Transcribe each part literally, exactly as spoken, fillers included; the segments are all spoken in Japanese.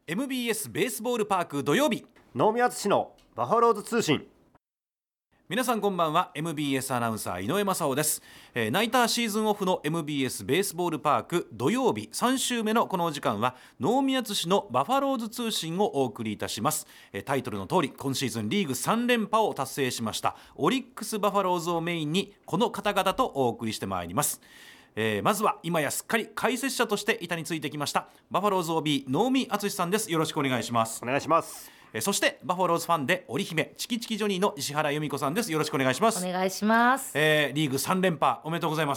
エムビーエス ベースボールパーク土曜日、 能見篤のバファローズ通信。 皆さんこんばんは。 エムビーエス アナウンサー井上雅緒です、えー、ナイターシーズンオフの エムビーエス ベースボールパーク土曜日さん週目のこのお時間は能見篤のバファローズ通信をお送りいたします。えー、タイトルの通り今シーズンリーグさん連覇を達成しましたオリックスバファローズをメインにこの方々とお送りしてまいります。えー、まずは今やすっかり解説者として板についてきましたバファローズ オービー 能見篤さんです。よろしくお願いします。 お願いします。 えー、そしてバファローズファンで織姫チキチキジョニーの石原由美子さんです。よろしくお願いします。 お願いします。 えー、リーグさん連覇おめでとうございます。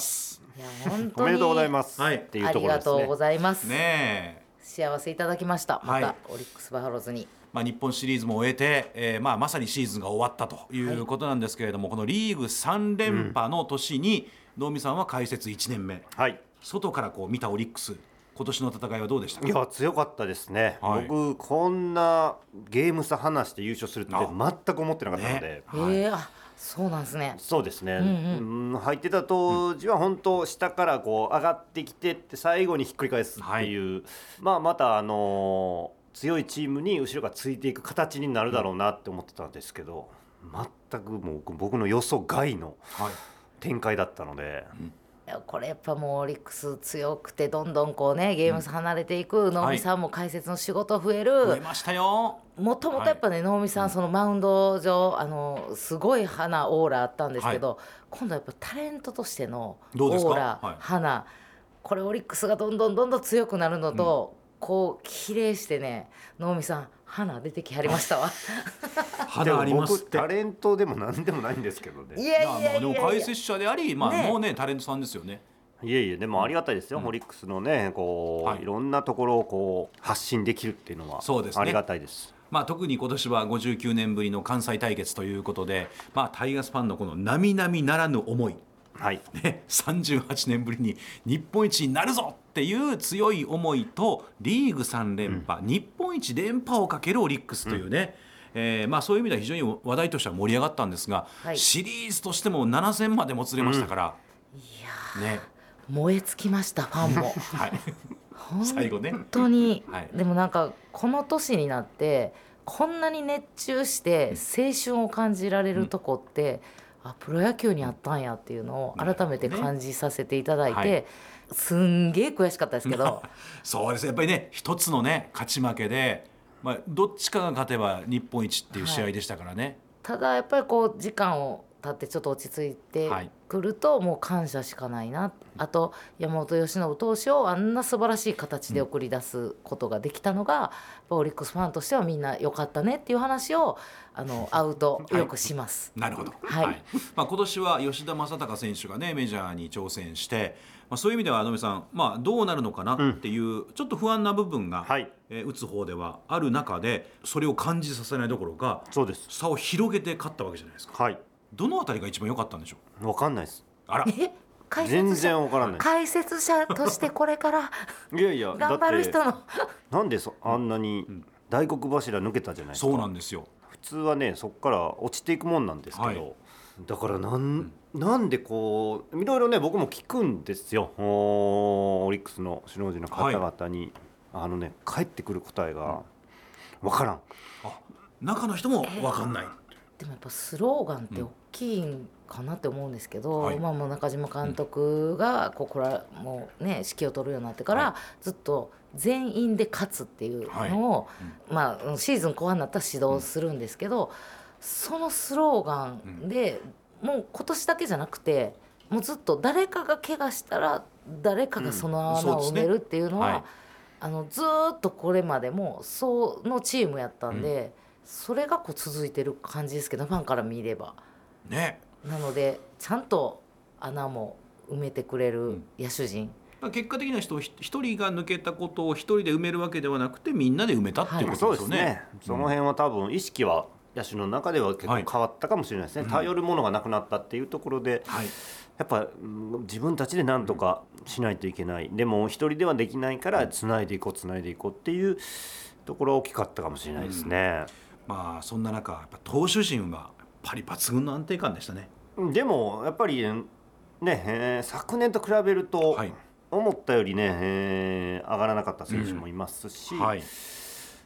いや本当におめでとうございます、 はい、 っていうところですね。 ありがとうございます、 ね、 幸せいただきました。また、 はい、 オリックスバファローズに、 まあ、日本シリーズも終えて、えーまあ、まさにシーズンが終わったということなんですけれども、はい、このリーグさん連覇の年に、うん、能見さんは開設いちねんめ、はい、外からこう見たオリックス今年の戦いはどうでしたか？ いや強かったですね、はい、僕こんなゲーム差離して優勝するって全く思ってなかったので、 ね、はい、えー、あそうなんですね。 そうですね、 うんうんうん、入ってた当時は本当下からこう上がってきてって最後にひっくり返すっていう、はい、まあ、またあのー、強いチームに後ろがついていく形になるだろうなって思ってたんですけど、うん、全くもう僕の予想外の展開だったので、 うん、これやっぱもうオリックス強くてどんどんこうねゲーム差離れていく、能見さんも解説の仕事増える、 増えましたよ。 もともとやっぱね能見さんそのマウンド上あのすごい花オーラあったんですけど、はい、今度はやっぱタレントとしてのオーラ、はい、花これオリックスがどんどんどんどん強くなるのと、うん、こう比例してね能見さん花出てきはりましたわ。 花ありますって。 僕タレントでも何でもないんですけどね。 いやいやいやいや、 でも解説者であり、まあ、 ね、 もうねタレントさんですよね。 いえいえでもありがたいですよ、うん、オリックスのねこう、はい、いろんなところをこう発信できるっていうのはそうですね、 ありがたいです。 まあ、特に今年はごじゅうきゅうねんぶりの関西対決ということで、まあ、タイガースファンのこの並々ならぬ思い、 はいね、さんじゅうはちねんぶりに日本一になるぞっていう強い思いとリーグさん連覇、うん、日本一連覇をかけるオリックスというね、うん、えーまあ、そういう意味では非常に話題としては盛り上がったんですが、はい、シリーズとしてもなな戦までもつれましたから、 うん、いや、 ね、 燃え尽きましたファンも、 はい、最後ね本当に、 はい、 でもなんかこの年になってこんなに熱中して青春を感じられるとこって、うん、あプロ野球にあったんやっていうのを改めて感じさせていただいて、ね、はい、すんげえ悔しかったですけどそうですやっぱりね一つのね勝ち負けで、まあ、どっちかが勝てば日本一っていう試合でしたからね、はい、 ただやっぱりこう時間を経ってちょっと落ち着いてくるともう感謝しかないな、はい、あと山本由伸投手をあんな素晴らしい形で送り出すことができたのが、うん、オリックスファンとしてはみんな良かったねっていう話をあの会うとよくします、 はい、なるほど、 はいはい、まあ、今年は吉田正尚選手がねメジャーに挑戦して、まあ、そういう意味では野見さん、まあ、どうなるのかなっていう、うん、ちょっと不安な部分が、はい、えー、打つ方ではある中でそれを感じさせないどころかそうです差を広げて勝ったわけじゃないですか。はい、どのあたりが一番良かったんでしょう？ 分かんないです。 あらえ解説全然分からない。 解説者としてこれからいやいや頑張る人のなんでそあんなに大黒柱抜けたじゃないですか。 そうなんですよ。 普通はねそこから落ちていくもんなんですけど、はい、だからなん、うん、なんでこういろいろね僕も聞くんですよオリックスの首脳陣の方々に、はい、あのね返ってくる答えが分からん。 あ中の人も分かんない、えーでもやっぱスローガンって大きいんかなって思うんですけど、うんはい、まあ、もう中島監督がここらもう、ね、指揮を取るようになってから、はい、ずっと全員で勝つっていうのを、はいうんまあ、シーズン後半になったら指導するんですけど、うん、そのスローガンで、うん、もう今年だけじゃなくてもうずっと誰かが怪我したら誰かがその穴を埋めるっていうのは、うんねはい、あのずっとこれまでもそのチームやったんで、うんそれがこう続いてる感じですけどファンから見れば、 ね、 なのでちゃんと穴も埋めてくれる野手陣、 うん、結果的な人一人が抜けたことを一人で埋めるわけではなくてみんなで埋めたっていうことですよね、はい、そうですね。 その辺は多分意識は野手の中では結構変わったかもしれないですね、はい、頼るものがなくなったっていうところで、はい、やっぱ自分たちで何とかしないといけない、うん、でも一人ではできないからつないでいこうつないでいこうっていうところは大きかったかもしれないですね、 うん、まあそんな中やっぱ投手陣はやっぱり抜群の安定感でしたね。 でもやっぱりね、えー、昨年と比べると思ったよりね、えー、上がらなかった選手もいますし、うんはい、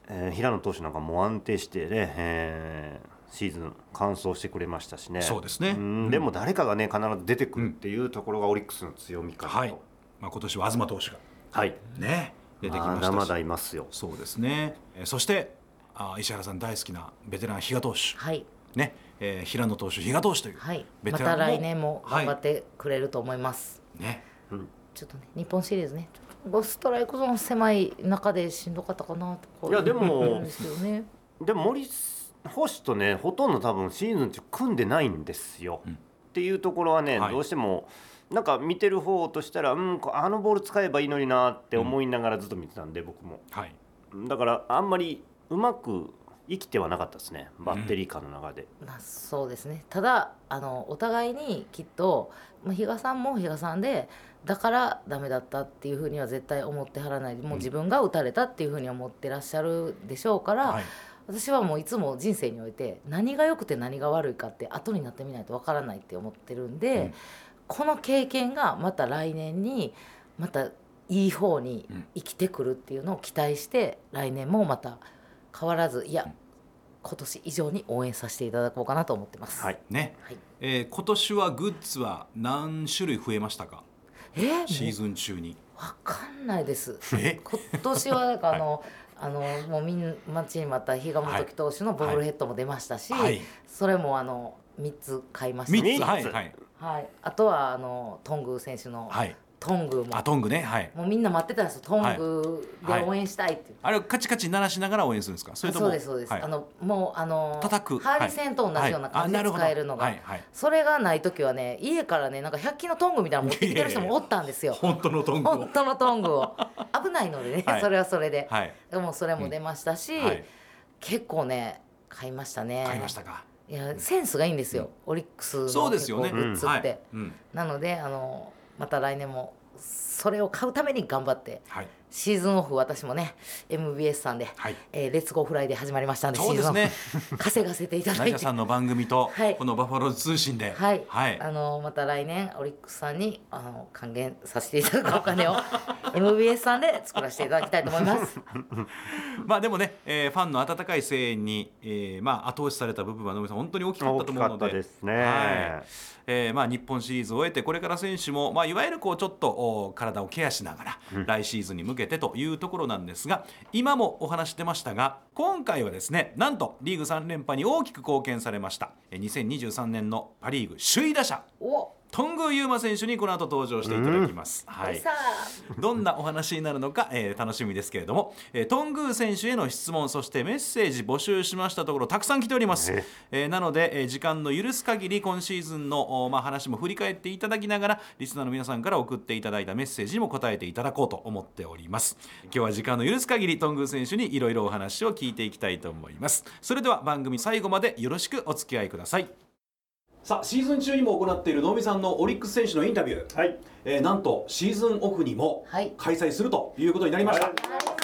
えー、平野投手なんかもう安定してね、えー、シーズン完走してくれましたしね。 そうですね、 うん、でも誰かがね必ず出てくるっていうところがオリックスの強みかなと、 はい、まあ、今年は東投手が、 はい、 ね、出てきましたし、 まだまだいますよ。 そうですね、えー、そしてあ石原さん大好きなベテラン比嘉投手、 はいねえー、平野投手比嘉投手という、 はい、 ベテランもまた来年も頑張ってくれると思います、 はい、ね、 うん、ちょっとね日本シリーズねストライクゾーン狭い中でしんどかったかなとか。 いやでもですけど、ね、 でも森星とねほとんど多分シーズン中組んでないんですよ、うん、っていうところはね、はい、どうしてもなんか見てる方としたら、うん、あのボール使えばいいのになって思いながらずっと見てたんで、うん、僕も、はい、だからあんまりうまく生きてはなかったですね、バッテリー間の中で、 うん、まあ、そうですね。ただあのお互いにきっと、まあ、比嘉さんも比嘉さんでだからダメだったっていうふうには絶対思ってはらない、もう自分が打たれたっていうふうに思ってらっしゃるでしょうから、はい、私はもういつも人生において何が良くて何が悪いかって後になってみないとわからないって思ってるんで、うん、この経験がまた来年にまたいい方に生きてくるっていうのを期待して、来年もまた変わらず、いや今年以上に応援させていただこうかなと思ってます。 はいね、はい、えー、今年はグッズは何種類増えましたか？ えー、 シーズン中に。 わかんないです。 え今年はなんかあの、はい、あのもうみん待ちに待った比嘉元樹投手のボブルヘッドも出ましたし、はいはい、それもあのみっつ買いました。 みっつ、はいはいはい、あとはあのトング選手の、はい、トングもあトングね、はい、 もうみんな待ってたんですよ。トングで応援したいって、 はいはい、あれカチカチ鳴らしながら応援するんですか？それともそうですそうです、はい、あのもうあの叩くハーリー戦と同じような感じで使えるのが、はいはい、それがない時はね家からねなんかひゃく均のトングみたいなの持ってきてる人もおったんですよ。 本当のトングを本当のトングを危ないのでね、はい、それはそれで、はい、でもそれも出ましたし、うん、はい、結構ね買いましたね。 買いましたか？ いやセンスがいいんですよ、うん、オリックスのそうですよね、 グッズって、 うんはい、うん、 なのであのまた来年もそれを買うために頑張って、はい、シーズンオフ私もね エムビーエス さんで、はい、えー、レッツゴーフライで始まりましたんで、 そうですね、 シーズンオフ稼がせていただいて成田さんの番組と、はい、このバファローズ通信で、 はいはい、あのまた来年オリックスさんにあの還元させていただくお金をエムビーエス さんで作らせていただきたいと思いますまあでもね、えー、ファンの温かい声援に、えーまあ、後押しされた部分は野村さん本当に大きかったと思うので、 大きかったですね、 はい、えーまあ、日本シリーズを終えてこれから選手も、まあ、いわゆるこうちょっと体をケアしながら、うん、来シーズンに向けてというところなんですが、今もお話出ましたが今回はですねなんとリーグさん連覇に大きく貢献されましたにせんにじゅうさんねんのパリーグ首位打者頓宮裕真選手にこの後登場していただきます、うん、はい、どんなお話になるのか、えー、楽しみですけれども、えー、頓宮選手への質問そしてメッセージ募集しましたところたくさん来ております、えーえー、なので、えー、時間の許す限り今シーズンの、まあ、話も振り返っていただきながらリスナーの皆さんから送っていただいたメッセージにも答えていただこうと思っております。今日は時間の許す限り頓宮選手にいろいろお話を聞いていきたいと思います。それでは番組最後までよろしくお付き合いください。さあシーズン中にも行っている能見さんのオリックス選手のインタビュー、はい、えー、なんとシーズンオフにも開催するということになりました、はい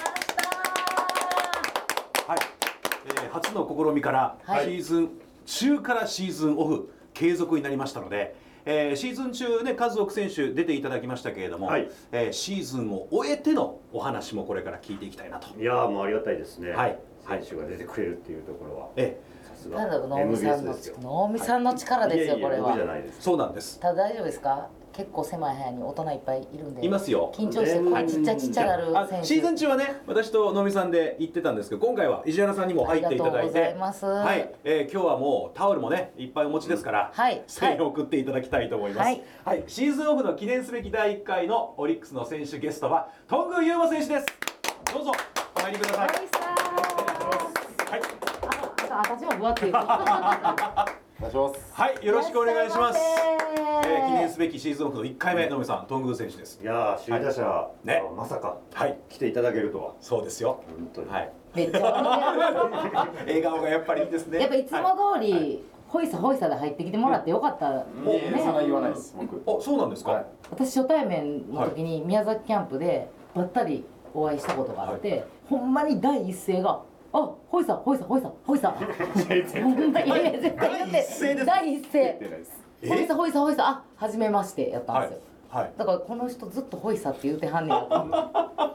はい、えー、初の試みから、はい、シーズン中からシーズンオフ継続になりましたので、えー、シーズン中ね数多く選手出ていただきましたけれども、はい、えー、シーズンを終えてのお話もこれから聞いていきたいなと。 いやーもうありがたいですね、はい、選手が出てくれるっていうところは、ええ、 なんだろう能見さんの能見さんの力ですよ、はい、これは。 いやいや僕じゃないです。 そうなんです。 ただ大丈夫ですか？結構狭い部屋に大人いっぱいいるんで。 いますよ。 緊張してこうちっちゃちっちゃなる選手。 シーズン中はね、私と能見さんで行ってたんですけど、今回は石原さんにも入っていただいて、ありがとうございます。はい、えー、今日はもうタオルもねいっぱいお持ちですから、はい、声援を送っていただきたいと思います。はい、はい、シーズンオフの記念すべきだいいっかいのオリックスの選手ゲストは頓宮裕真選手です。どうぞお入りください。はい。 私もぶわっていう。 お願いします。 はい、よろしくお願いします。えー、記念すべきシーズンオフのいっかいめ、能見さん、頓宮選手です。 いやー、首位打者、はい、ね、まさか、はい、来ていただけるとは。 そうですよ。 本当に。 はい。めっちゃ笑顔がやっぱりいいですね。 やっぱいつも通り、はい、ほいさほいさで入ってきてもらってよかったね。 そんな言わないです。僕。 あ、そうなんですか。はい、 私初対面の時に宮崎キャンプでばったりお会いしたことがあって、はい、ほんまに第一声が。あ、ほいさほいさほいさほいさ。いやいや絶対言って第一声。ほいさほいさほいさ、あ、初めましてやったんですよ。はいはい、だからこの人ずっとほいさって言うてはんねやと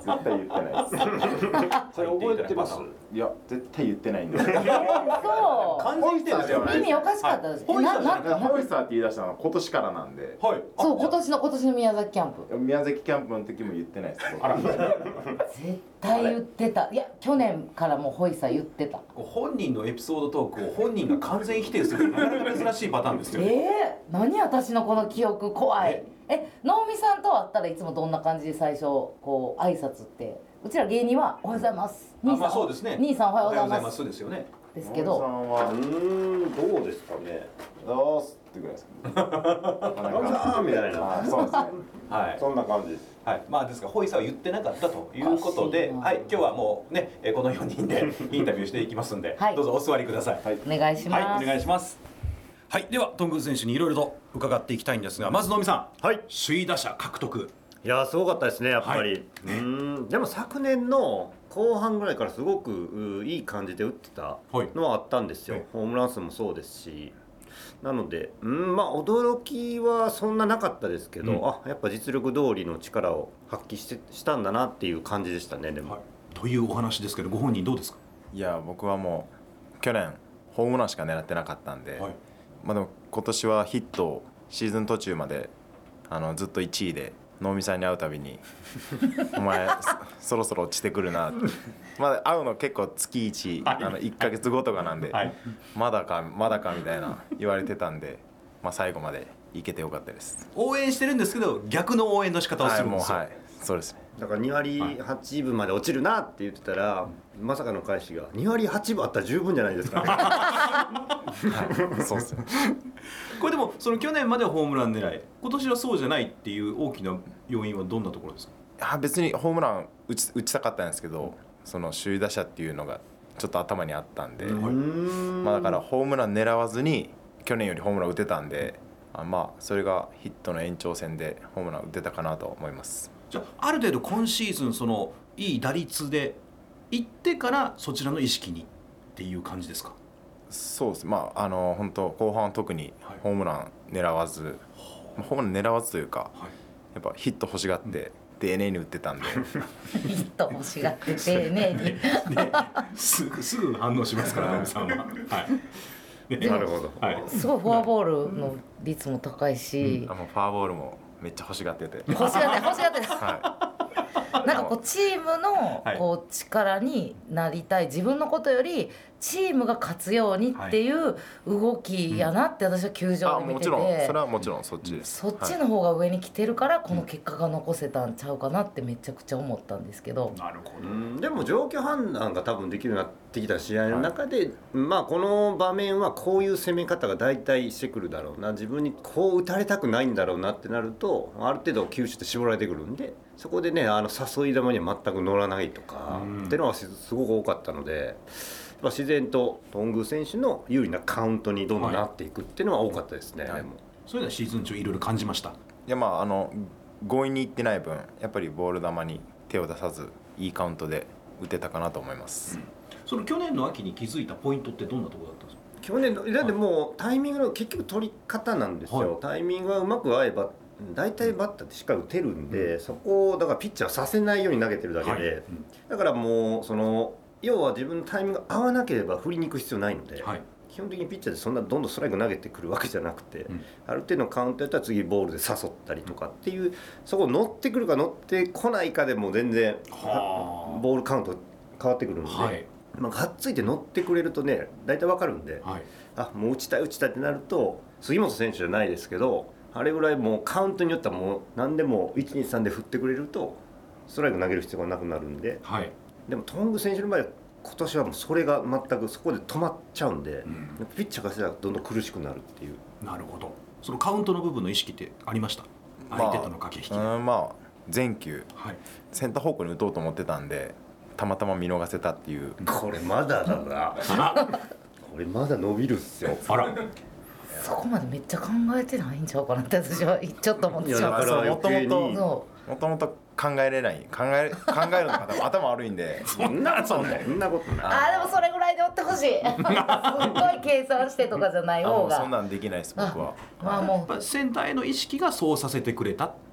絶対言ってないですそれ覚えてます？ いや絶対言ってないんでそう完全否定ですよね。 意味おかしかったです、 はいななだからホイッサーって言い出したのは今年からなんで、 はい。 そう今年の今年の宮崎キャンプ宮崎キャンプの時も言ってないです僕あら。 絶対言ってた。いや去年からもうホイさん言ってた。 本人のエピソードトークを本人が完全否定するなかなか珍しいパターンですよね。 えー、何私のこの記憶怖い。え能見さんと会ったらいつもどんな感じで最初こう挨拶って、うちら芸人はおはようございます、 あまあそうですね。 兄さんおはようございおはようございまますすですよね。 ですけど、 野村さんはうーんどうですかね。 どうすってぐらいですかねあーみたいな。 あそうですねはい。 そんな感じです。 はい、まあですからホイさんは言ってなかったということで、 おかしいなはい、今日はもうね、えーこのよにんでインタビューしていきますんで、 はいどうぞお座りください。はい、 お願いします、 はい、お願いします。はい、では頓宮選手にいろいろと伺っていきたいんですが、まず能見さん、 はい。 首位打者獲得。 いやーすごかったですねやっぱり、 はいうーんでも昨年の後半ぐらいからすごくうーいい感じで打ってたのはあったんですよ、 はいホームラン数もそうですし、なのでうんまあ驚きはそんななかったですけど、 うんあやっぱ実力通りの力を発揮してしたんだなっていう感じでしたねでも、 はい、というお話ですけど、ご本人どうですか。 いや僕はもう去年ホームランしか狙ってなかったんで、 はい、 まあでも今年はヒットをシーズン途中まであのずっといちいで能見さんに会うたびに「お前そそろそろ落ちてくるな」ってまだ会うの結構月いち、 はいあのいっかげつごとかなんで、 はい、 まだかまだかみたいな言われてたんで、まあ、最後までいけてよかったです。 応援してるんですけど、逆の応援の仕方をするんですよ。 はい、もうはいそうですね。 だからにわりはちぶまで落ちるなって言ってたら、まさかの返しがにわりはちぶあったら十分じゃないですかねはい、そうですね。 これでもその去年まではホームラン狙い、今年はそうじゃないっていう大きな要因はどんなところですか。 あ別にホームラン打ち打ちたかったんですけど、その首位打者っていうのがちょっと頭にあったんで、 うーんまあ、だからホームラン狙わずに去年よりホームラン打てたんで、あまあそれがヒットの延長戦でホームラン打てたかなと思います。 じゃあある程度今シーズンそのいい打率でいってからそちらの意識にっていう感じですか。 そうです。まああの本当後半は特にホームラン狙わず、はい、ホームラン狙わずというか、はい、やっぱヒット欲しがって、うん、丁寧に打ってたんでヒット欲しがって丁寧にすぐすぐ反応しますから能見さんは。はいなるほど、 はい、 すごいフォアボールの率も高いし、 うん、あのフォアボールもめっちゃ欲しがってて欲しがって欲しがってはいなんかこうチームのこう力になりたい、自分のことよりチームが勝つようにっていう動きやなって私は球場で見てて、 あもちろんそれはもちろんそっちです。 そっちの方が上に来てるからこの結果が残せたんちゃうかなってめちゃくちゃ思ったんですけど、 なるほど。 うんでも状況判断が多分できるようになってきた試合の中で、はい、まあこの場面はこういう攻め方が大体してくるだろうな、自分にこう打たれたくないんだろうなってなるとある程度球種って絞られてくるんで、そこでねあの誘い球には全く乗らないとかっていうのがすごく多かったので、自然と頓宮選手の有利なカウントにどんどんなっていくっていうのは多かったですね、はい、でもそういうのはシーズン中いろいろ感じました。 いやまああの強引にいってない分やっぱりボール球に手を出さずいいカウントで打てたかなと思います、うん、 その去年の秋に気づいたポイントってどんなところだったんですか。 去年のだってもうタイミングの結局取り方なんですよ、はい、タイミングがうまく合えば大体バッターってしっかり打てるんで、うん、そこをだからピッチャーさせないように投げてるだけで、はいうん、だからもうその要は自分のタイミングが合わなければ振りに行く必要ないので、はい、基本的にピッチャーでそんなどんどんストライク投げてくるわけじゃなくて、うん、ある程度のカウントやったら次ボールで誘ったりとかっていう、そこ乗ってくるか乗ってこないかでも全然ボールカウント変わってくるので、はい、まあ、がっついて乗ってくれるとね大体わかるんで、はい、あもう打ちたい打ちたいってなると杉本選手じゃないですけどあれぐらいもうカウントによってはもう何でもいちにさんで振ってくれるとストライク投げる必要がなくなるんで、はい、でも頓宮選手の場合は今年はもうそれが全くそこで止まっちゃうんで、うん、ピッチャーがしたらどんどん苦しくなるっていう。 なるほど。そのカウントの部分の意識ってありました、相手との駆け引き。 まあ、うんまあ、全球、はい、センター方向に打とうと思ってたんでたまたま見逃せたっていう。 これまだだなこれまだ伸びるっすよ。 あらそこまでめっちゃ考えてないんちゃうかなって私はちょっと思ってしまう。 もともともともと考えれない考え考えるのが頭悪いんでそんなそんなそんなことない。 あでもそれぐらいでおってほしいすっごい計算してとかじゃない方がそんなんできないです僕は。 まあもうセンターへの意識がそうさせてくれたっ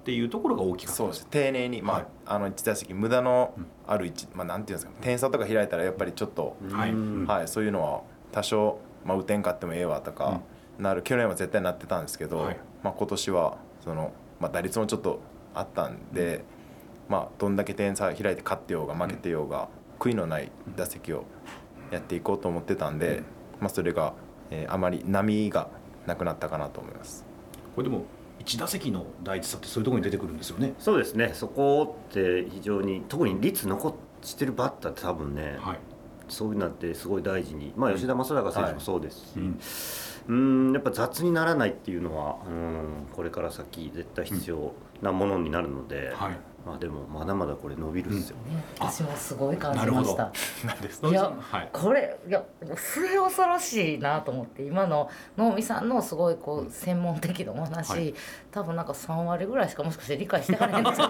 っていうところが大きかったそうです丁寧に、まあはい、あのいち打席無駄のある一、まあ、なんていうんですか点差とか開いたらやっぱりちょっと、 はいはい、そういうのは多少、まあ、打てんかってもええわとか、うん、なる去年は絶対なってたんですけど、はいまあ、今年はその、まあ、打率もちょっとあったんで、うんまあ、どんだけ点差開いて勝ってようが負けてようが、うん、悔いのない打席をやっていこうと思ってたんで、うんまあ、それが、えー、あまり波がなくなったかなと思います。 これでもいち打席の大事さってそういうところに出てくるんですよね。 そうですねそこって非常に特に率残してるバッターって多分ね、はい、そういうのってすごい大事に、まあ、吉田正尚選手もそうですし、はいうん、うんやっぱ雑にならないっていうのはうんこれから先絶対必要なものになるので、うんはいまあ、でもまだまだこれ伸びるっすよ、 うんね、私もすごい感じました。 いや、はい、これいや末恐ろしいなと思って今の能見さんのすごいこう専門的なお話、はい、多分なんかさん割ぐらいしかもしかして理解してはれへんですけど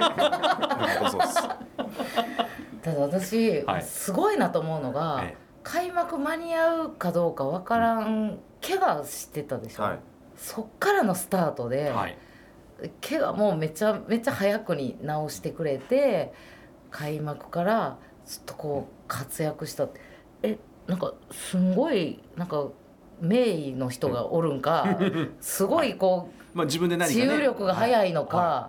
ただ私、はい、すごいなと思うのが、はい、開幕間に合うかどうか分からん怪我してたでしょ、はい、そっからのスタートで、はい怪我もめちゃめちゃ早くに治してくれて開幕からずっとこう活躍したってえなんかすんごいなんか名医の人がおるんかすごいこう、まあ、自分で何かね治癒力が早いのか、はい、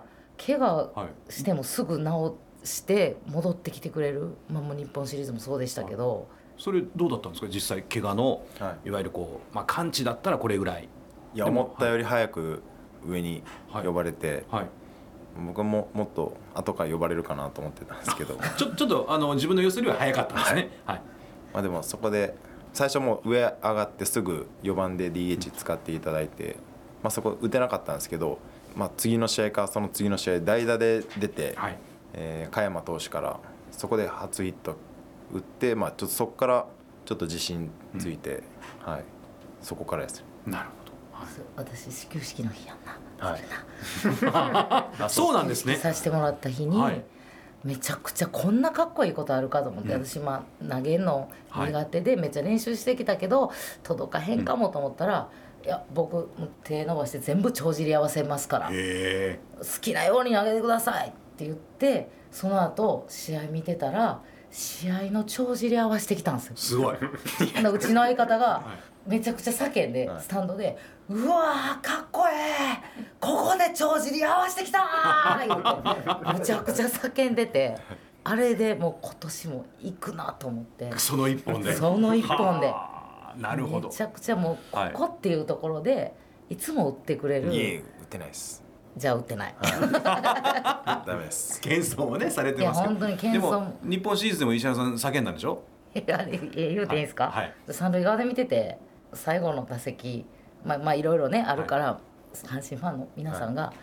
怪我してもすぐ治して戻ってきてくれる、まあ、もう日本シリーズもそうでしたけど、はい、 それどうだったんですか実際怪我の、はい、いわゆるこう、まあ、完治だったらこれぐらいいや思ったより早く上に呼ばれて、はいはい、僕ももっと後から呼ばれるかなと思ってたんですけどちょ, ちょっとあの自分の予想よりは早かったんですね、はいまあ、でもそこで最初も上上がってすぐよばんで ディーエイチ 使っていただいて、まあ、そこ打てなかったんですけど、まあ、次の試合かその次の試合代打で出て、はいえー、加山投手からそこで初ヒット打って、まあ、ちょっとそこからちょっと自信ついて、うんはい、そこからです。 なるほど私始球式の日やんな、 はい、そうなんですねさせてもらった日に、はい、めちゃくちゃこんなかっこいいことあるかと思って、うん、私まあ投げるの苦手でめっちゃ練習してきたけど、はい、届かへんかもと思ったら、うん、いや僕手伸ばして全部帳尻合わせますから好きなように投げてくださいって言ってその後試合見てたら試合の帳尻合わせてきたんですよ。 すごい。 うちの相方がめちゃくちゃ叫んで、はい、スタンドで「うわーかっこええここで帳尻合わせてきたー!」言ってめちゃくちゃ叫んでてあれでもう今年も行くなと思ってその一本でその一本でなるほどめちゃくちゃもうここっていうところでいつも打ってくれる。 いえ打ってないです。 じゃあ打ってない。 ダメです。 謙遜をねされてますけど。 いや本当に謙遜。 でも日本シリーズでも石原さん叫んだんでしょ。 いや言うていいですか。はいはい、三塁側で見てて最後の打席まあまあいろいろねあるから、はい、阪神ファンの皆さんが、はい、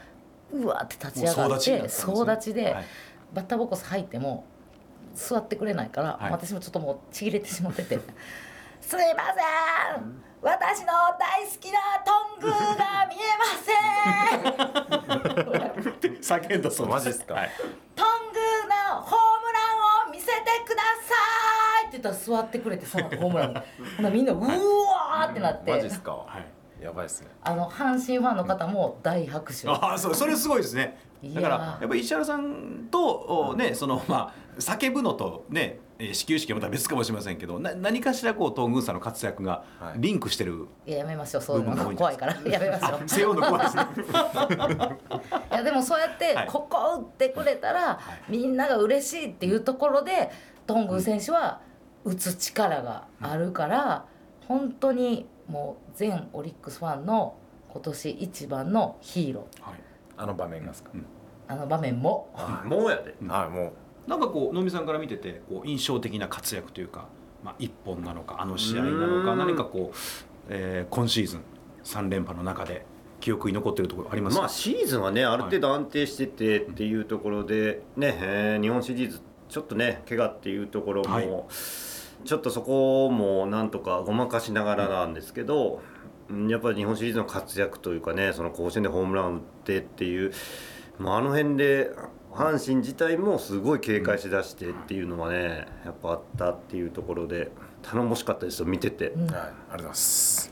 うわって立ち上がって総立ちで、はい、バッターボックス入っても座ってくれないから、はい、私もちょっともうちぎれてしまっててすいません、うん、私の大好きなトングが見えません叫んだそうマジですか、はい、 トングのホームランを見せてくださいって言ったら座ってくれてそのホームランほなみんなうわーってなってマジですか、はいやばいですね。 あの阪神ファンの方も大拍手。 ああ、そう、それすごいですね。だからやっぱり石原さんとね、そのまあ叫ぶのとね、始球式はまた別かもしれませんけど、な何かしらこう東宮さんの活躍がリンクしてる。 いややめましょう、そういうの怖いからやめましょう。 背負うの怖いですね。 いやでもそうやってここ打ってくれたら、はい、みんなが嬉しいっていうところで頓宮選手は打つ力があるから、うん、本当に。もう全オリックスファンの今年一番のヒーロー、はい、 あの場面がですか、うん、 あの場面もあもうやで、 うん、はいもうなんかこう能見さんから見ててこう印象的な活躍というか、まあ、一本なのかあの試合なのか何かこう、えー、今シーズンさん連覇の中で記憶に残っているところありますか。 まあシーズンはねある程度安定しててっていうところでね、えー、日本シリーズちょっとね怪我っていうところも、はいちょっとそこもなんとかごまかしながらなんですけど、やっぱり日本シリーズの活躍というかねその甲子園でホームラン打ってっていう、まあ、あの辺で阪神自体もすごい警戒しだしてっていうのはねやっぱあったっていうところで頼もしかったですよ見てて、うん、 はい、ありがとうございます。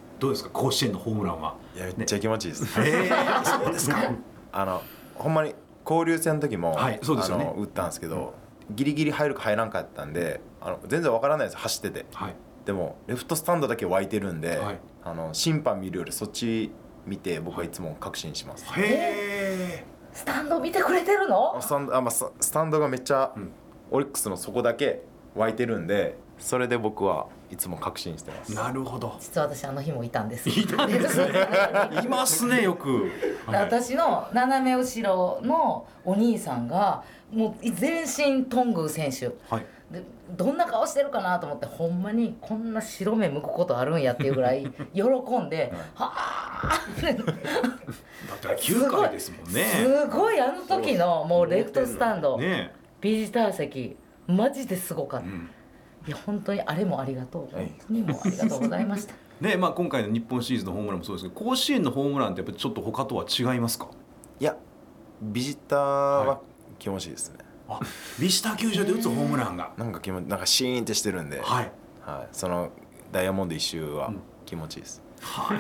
どうですか甲子園のホームランは。 いやめっちゃ気持ちいいです、 えー、そうですか。 あのほんまに交流戦の時も、 はいそうですよね、 あの打ったんですけど、うん、ギリギリ入るか入らんかったんで、あの全然わからないです、走ってて、 はい、 でもレフトスタンドだけ湧いてるんで、はい、あの審判見るよりそっち見て僕はいつも確信します。 へえ。 スタンド見てくれてるの？ スタンド、あ、まあ、スタンドがめっちゃ、うん、オリックスのそこだけ湧いてるんで、それで僕はいつも確信してます。 なるほど。 実は私あの日もいたんです。 いたんですね。いますねよく。 はい、私の斜め後ろのお兄さんがもう全身頓宮選手。はい。でどんな顔してるかなと思って、ほんまにこんな白目向くことあるんやっていうぐらい喜んで、はあ。 だってきゅうかいですもんね。 すごいあの時のもうレフトスタンド、ね、ビジター席マジですごかった。うん、いや本当にあれもありがとう、本当にもありがとうございました。 ね、まあ今回の日本シリーズのホームランもそうですけど、甲子園のホームランってやっぱちょっと他とは違いますか？ いや、ビジターは気持ちいいですね。 はい、あ、ビジター球場で打つホームランがなんか気持ち、なんかシーンってしてるんで、はいはい、そのダイヤモンド一周は気持ちいいです。 うん、はい、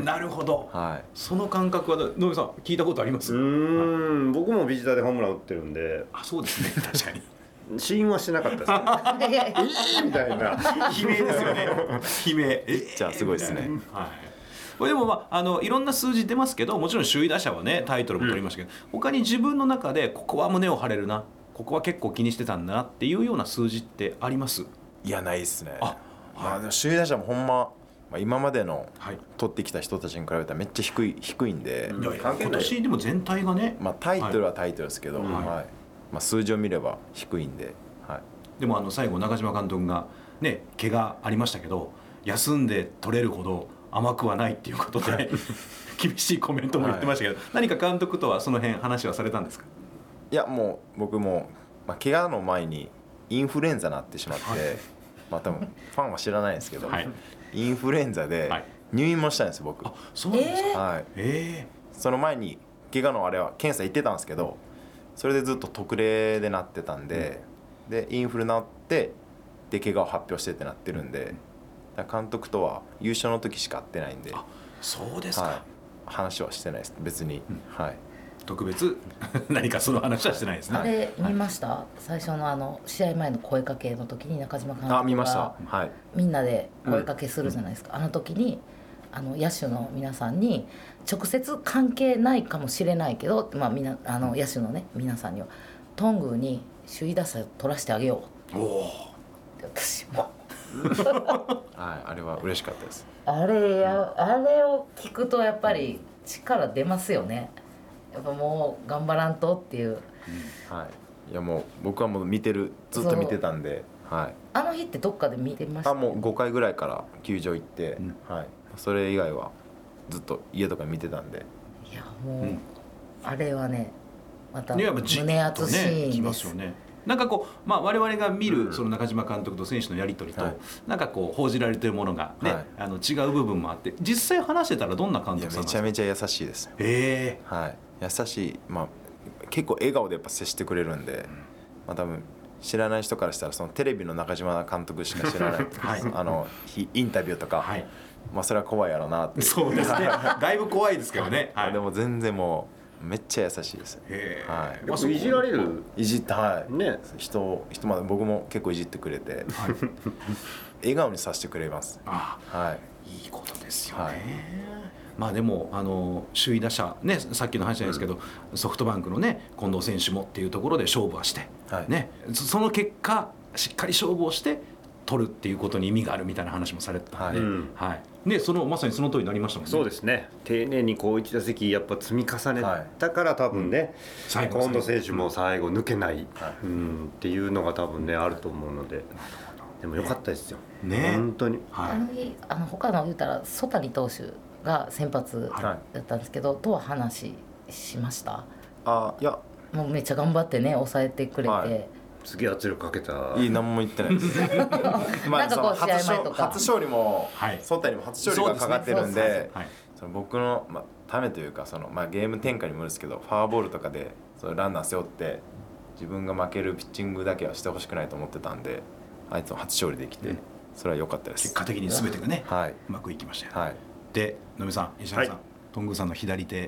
なるほど。はい、その感覚は野口さん聞いたことあります？ うーん、僕もビジターでホームラン打ってるんで。 あ、そうですね、確かに。 シーンはしなかったですね。えーみたいな悲鳴ですよね。悲鳴。 えじゃあすごいですね。 はい。これでもまああのいろんな数字出ますけど、もちろん首位打者はねタイトルも取りましたけど、うん、他に自分の中でここは胸を張れるな、ここは結構気にしてたんだなっていうような数字ってあります？ いや、ないですね。あ、はい、まあ、首位打者もほんま。まあ、今までの取ってきた人たちに比べたらめっちゃ低い低いんで、 いやいや今年でも全体がね、 まあ、タイトルはタイトルですけど、はいはい、まあ、数字を見れば低いんで、はい、 でもあの最後中島監督がね怪我ありましたけど、休んで取れるほど甘くはないっていうことで厳しいコメントも言ってましたけど、はい、何か監督とはその辺話はされたんですか？ いや、もう僕も、まあ、怪我の前にインフルエンザになってしまって、はい、まあ多分ファンは知らないですけど、はい、インフルエンザで入院もしたんですよ、僕。 あ、そうなんですか。 はい。えー、その前に怪我のあれは検査行ってたんですけど、それでずっと特例でなってたんで、うん、でインフルなってで怪我を発表してってなってるんで、だから監督とは優勝の時しか会ってないんで。 あ、そうですか。はい、 話はしてないです別に。うん、はい。 特別何かその話はしてないですね。 あれ見ました、はい、最初のあの試合前の声かけの時に中島監督があ見ました、はい、 みんなで声かけするじゃないですか、うん、あの時にあの野手の皆さんに直接関係ないかもしれないけど、まあ、みなあの野手のね皆さんには頓宮に首位打者取らせてあげよう。おお。私もはい、あれは嬉しかったです。 あれやあれを聞くとやっぱり力出ますよね。やっぱもう頑張らんとっていう、うん、 はい、いやもう僕はもう見てるずっと見てたんで、はい、 あの日ってどっかで見てました？ あ、もうごかいぐらいから球場行って、うん、はい、それ以外はずっと家とか見てたんで、 いやもう、うん、あれはねまた胸熱シーンです。 なんかこう、まあ、我々が見るその中島監督と選手のやり取りと、はい、なんかこう報じられてるものが、ね、はい、あの違う部分もあって、実際話してたらどんな監督さんなんですか？ めちゃめちゃ優しいです。へー、はい、優しい、まあ、結構笑顔でやっぱ接してくれるんで、うん、まあ、多分知らない人からしたらそのテレビの中島監督しか知らない、はい、あのインタビューとか、はい、まあ、それは怖いやろうなって。 そうですねだいぶ怖いですけどね、はい、 でも全然もうめっちゃ優しいです。 へー、はい、まあ、いじられるいじって、はい、ね、人人まで僕も結構いじってくれて、はい、笑顔にさせてくれます。 あ、はい、いいことですよね。はい、まあでもあの首位打者ね、さっきの話じゃないですけど、うん、ソフトバンクのね近藤選手もっていうところで勝負はして、はい、ね、その結果しっかり勝負をして取るっていうことに意味があるみたいな話もされてたんで、はい、はい、ね、そのまさにその通りになりましたもんね。 そうですね、丁寧にこういち打席やっぱ積み重ねたから多分ね、はい、近藤選手も最後抜けない、うん、っていうのが多分ねあると思うので、でも良かったですよね、本当に。 はい、あの日あの他の言うたら曽谷投手が先発だったんですけど、はい、とは話しました？ あ、いやもうめっちゃ頑張ってね抑えてくれて、はい、 すげえ圧力かけた。 いい、何も言ってないですまあなんかこう試合前とか初勝利も、はい、曽谷にも初勝利がかかってるんで、ね、はい、その僕の、まあ、ためというかその、まあ、ゲーム展開にもですけど、フォアボールとかでそのランナー背負って自分が負けるピッチングだけはしてほしくないと思ってたんで、あいつも初勝利できて、うん、それは良かったです。 結果的に全てがね、はい、うまくいきましたよ、はい、で野見さん、石原さん、はい、頓宮さんの左手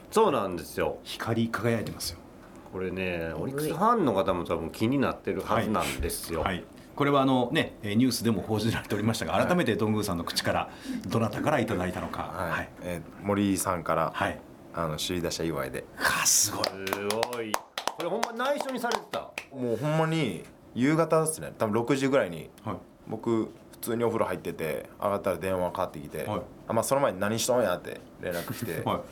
そうなんですよ。 光り輝いてますよ。 これねオリックスファンの方も多分気になってるはずなんですよ。 はいはい、これはあの、ね、ニュースでも報じられておりましたが、改めて頓宮さんの口からどなたからいただいたのか。 はい、 はい、 えー森井さんから、 はい、 あの首位打者祝いで。 かすごい。 すごい。これほんま内緒にされてた。 もうほんまに夕方ですね。多分ろくじぐらいに、 はい、 僕普通にお風呂入ってて上がったら電話かかってきて、 はい、 あまあその前に何しとんやって連絡来て、 はい、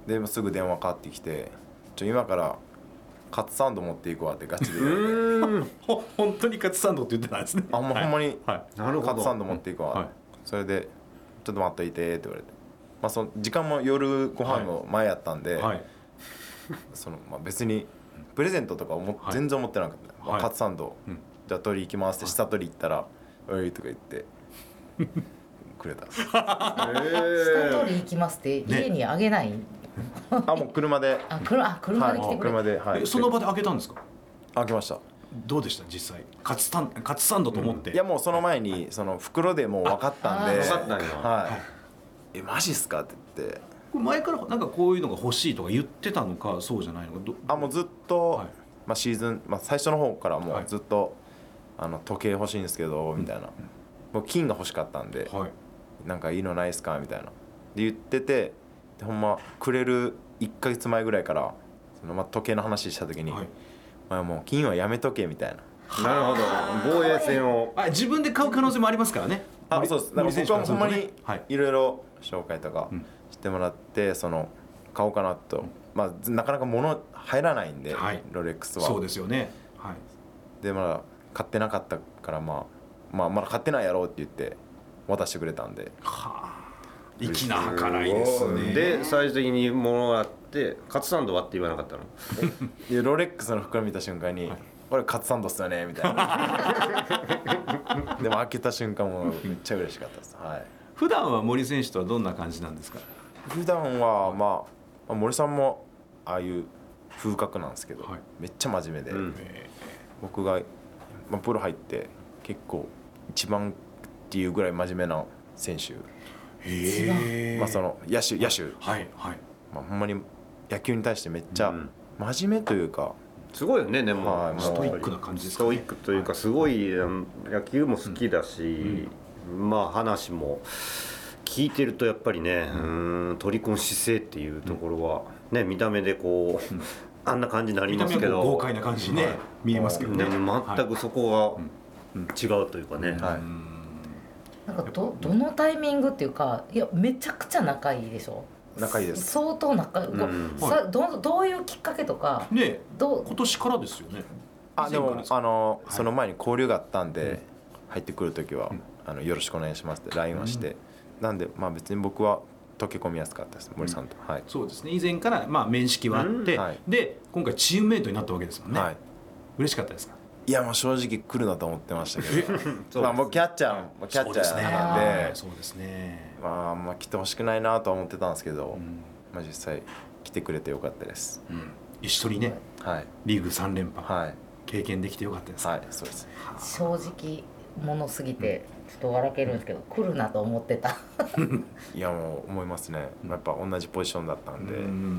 ですぐ電話かかってきて、ちょ今からカツサンド持っていくわってガチでうーんほ本当にカツサンドって言ってたんですね。 あほんま、 はい、 ほんまにはいなるほどカツサンド持っていくわ、 はい、 それでちょっと待っといてって言われて、まあ、その時間も夜ご飯の前やったんで、 はい、 そのまあ、別にプレゼントとかも、はい、全然思ってなかった、まあ、カツサンド、うん、じゃあ取り行きますって下取り行ったら「おい」とか言ってくれた下取り行きますって家にあげない、ね、 あもう車であ車車で来てくれ、 はい、車で、はい、 その場で開けたんですか？ 開けました。 どうでした実際カツタンカツサンドと思って、うん、 いやもうその前にその袋でもう分かったんで、 分かったんや、 はい、えマジっすかって言って、 これ前からなんかこういうのが欲しいとか言ってたのかそうじゃないのか。どあもうずっと、はい、まあ、シーズン、まあ、最初の方からもうずっと、はい、あの時計欲しいんですけど、うん、みたいな、もう金が欲しかったんで、はい、なんかいいのないっすかみたいなで言ってて、でほんまくれるいっかげつまえぐらいからその、まあ、時計の話した時に、はい、まあ、もう金はやめとけみたいな。 なるほど、防衛戦をあ自分で買う可能性もありますからね。 あそうです。だから僕はほんまにいろいろ紹介とかしてもらってその買おうかなと、うん、まあなかなか物入らないんで、はい、ロレックスは。 そうですよね、はい、 でまだ買ってなかったから、まあ、まあまだ買ってないやろうって言って渡してくれたんで、 はあ粋な計らいですね。 で最終的に物があってカツサンドはって言わなかったの？ でロレックスの袋見た瞬間に、はい、これカツサンドっすよねみたいなでも開けた瞬間もめっちゃ嬉しかったです、はい、 普段は森選手とはどんな感じなんですか？ 普段は、まあ、森さんもああいう風格なんですけど、はい、めっちゃ真面目で、うん、僕が、まあ、プロ入って結構一番っていうぐらい真面目な選手。へまあその野手野手、はいはい、まあ、ほんまに野球に対してめっちゃ真面目というか、 すごいよね。でも、 はい、ストイックな感じですかね。 ストイックというかすごい野球も好きだし、うん、まあ話も聞いてるとやっぱりね、うん、うん取り込む姿勢っていうところはね、見た目でこう、うん、あんな感じになりますけど、 豪快な感じにね、はい、見えますけどね。 でも全くそこが違うというかね。はい、はい、 なんか ど, どのタイミングっていうか、いやめちゃくちゃ仲いいでしょ。 仲いいです。 相当仲いい、うん、さ ど, どういうきっかけとか、 ね、どう今年からですよね。 あでもあの、はい、その前に交流があったんで、うん、入ってくる時は、うん、あのよろしくお願いしますって ライン はして、うん、なんでまあ別に僕は溶け込みやすかったです、森さんと、うん、はい、 そうですね。以前からまあ面識はあって、うん、はい、で今回チームメイトになったわけですもんね、はい、嬉しかったですか？ いやもう正直来るなと思ってましたけどまあ僕キャッチャーもキャッチャーなんで、 そうですね、 まああんま来てほしくないなとは思ってたんですけど、うん、まあ実際来てくれてよかったです、うん、 一緒にね、はい、リーグさん連覇、はい、経験できてよかったです、 はい、そうです。 正直者すぎてちょっと笑けるんですけど、うん、来るなと思ってたいやもう思いますね。やっぱ同じポジションだったんで、うん、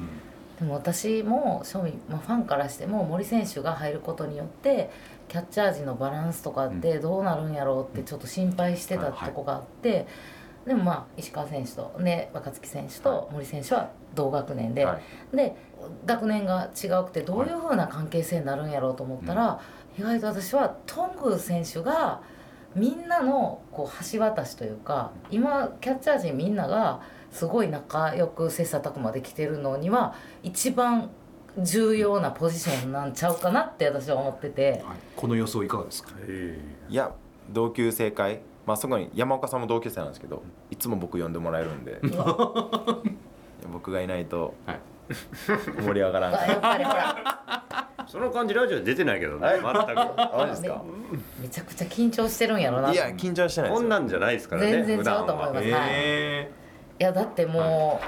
でも私も庶民、まあ、ファンからしても森選手が入ることによってキャッチャー陣のバランスとかってどうなるんやろうってちょっと心配してたとこがあって、うんはい、でもまあ石川選手と、ね、若月選手と森選手は同学年で、はい、で学年が違くてどういう風な関係性になるんやろうと思ったら、はい、意外と私は頓宮選手がみんなのこう橋渡しというか、今キャッチャー陣みんながすごい仲良く切磋琢磨できてるのには一番重要なポジションなんちゃうかなって私は思ってて、はい、 この予想いかがですか？ いや同級生会、まあそこに山岡さんも同級生なんですけど、いつも僕呼んでもらえるんで僕がいないと盛り上がらないやっぱりほらその感じラジオで出てないけどね、全くあですか？ めちゃくちゃ緊張してるんやろな。 いや緊張してないですよ。 こんなんじゃないですからね。 全然違うと思います、はい、いやだっても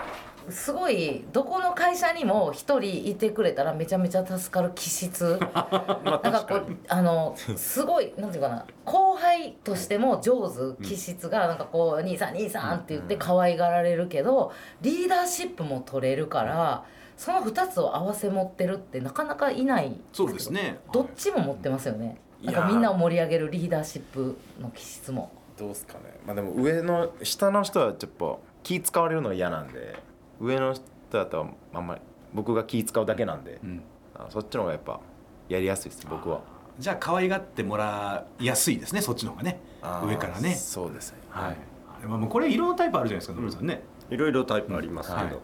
すごいどこの会社にも一人いてくれたらめちゃめちゃ助かる気質なんかこうあのすごいなんていうかな後輩としても上手気質がなんかこう兄さん兄さんって言って可愛がられるけどリーダーシップも取れるからそのふたつを合わせ持ってるってなかなかいないそうですねどっちも持ってますよね、なんかみんなを盛り上げるリーダーシップの気質もどうすかね。まあでも上の下の人はちょっと気使われるのが嫌なんで上の人だとあんまり僕が気使うだけなんで、うん、そっちの方がやっぱやりやすいです僕は。 じゃあ可愛がってもらいやすいですねそっちの方がね上からね。 そうですねはい、 まあ、もうこれいろんなタイプあるじゃないですか野村さんね。 いろいろタイプありますけど、うんはいはい、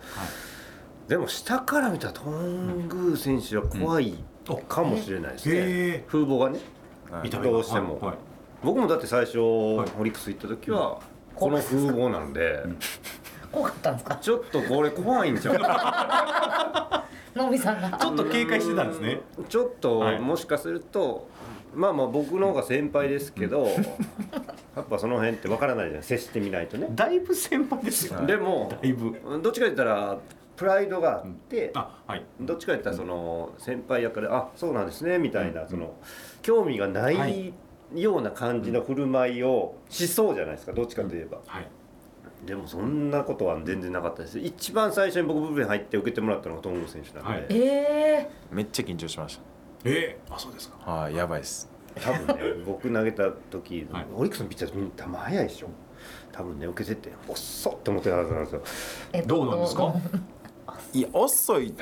でも下から見たら頓宮選手は怖いかもしれないですね、うん、風貌がね、はい、どうしても、はいはい、僕もだって最初、はい、オリックス行った時はこの風貌なんで、うん怖かったんですか。 ちょっとこれ怖いんじゃんのみさんがちょっと警戒してたんですね。 ちょっと、はい、もしかするとまあまあ僕の方が先輩ですけどやっぱその辺って分からないじゃない接してみないとね。 だいぶ先輩ですよ、ね、 でもだいぶどっちか言ったらプライドがあって、うんあはい、 どっちか言ったらその先輩やからあそうなんですねみたいな、うん、その興味がないような感じの振る舞いをしそうじゃないですかどっちかといえば、うんはいでもそんなことは全然なかったです。一番最初に僕ブルペン入って受けてもらったのが頓宮選手なんで、はい、 えー、めっちゃ緊張しました。 えー、あそうですか。 はい、やばいです。 多分ね僕投げた時、はい、オリックスのピッチャーみんな球速いでしょ。多分ね受けてて遅っって思ってたはずなんですよ。 えどうなんですか。 いや遅い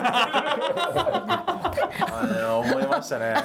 あ思いましたね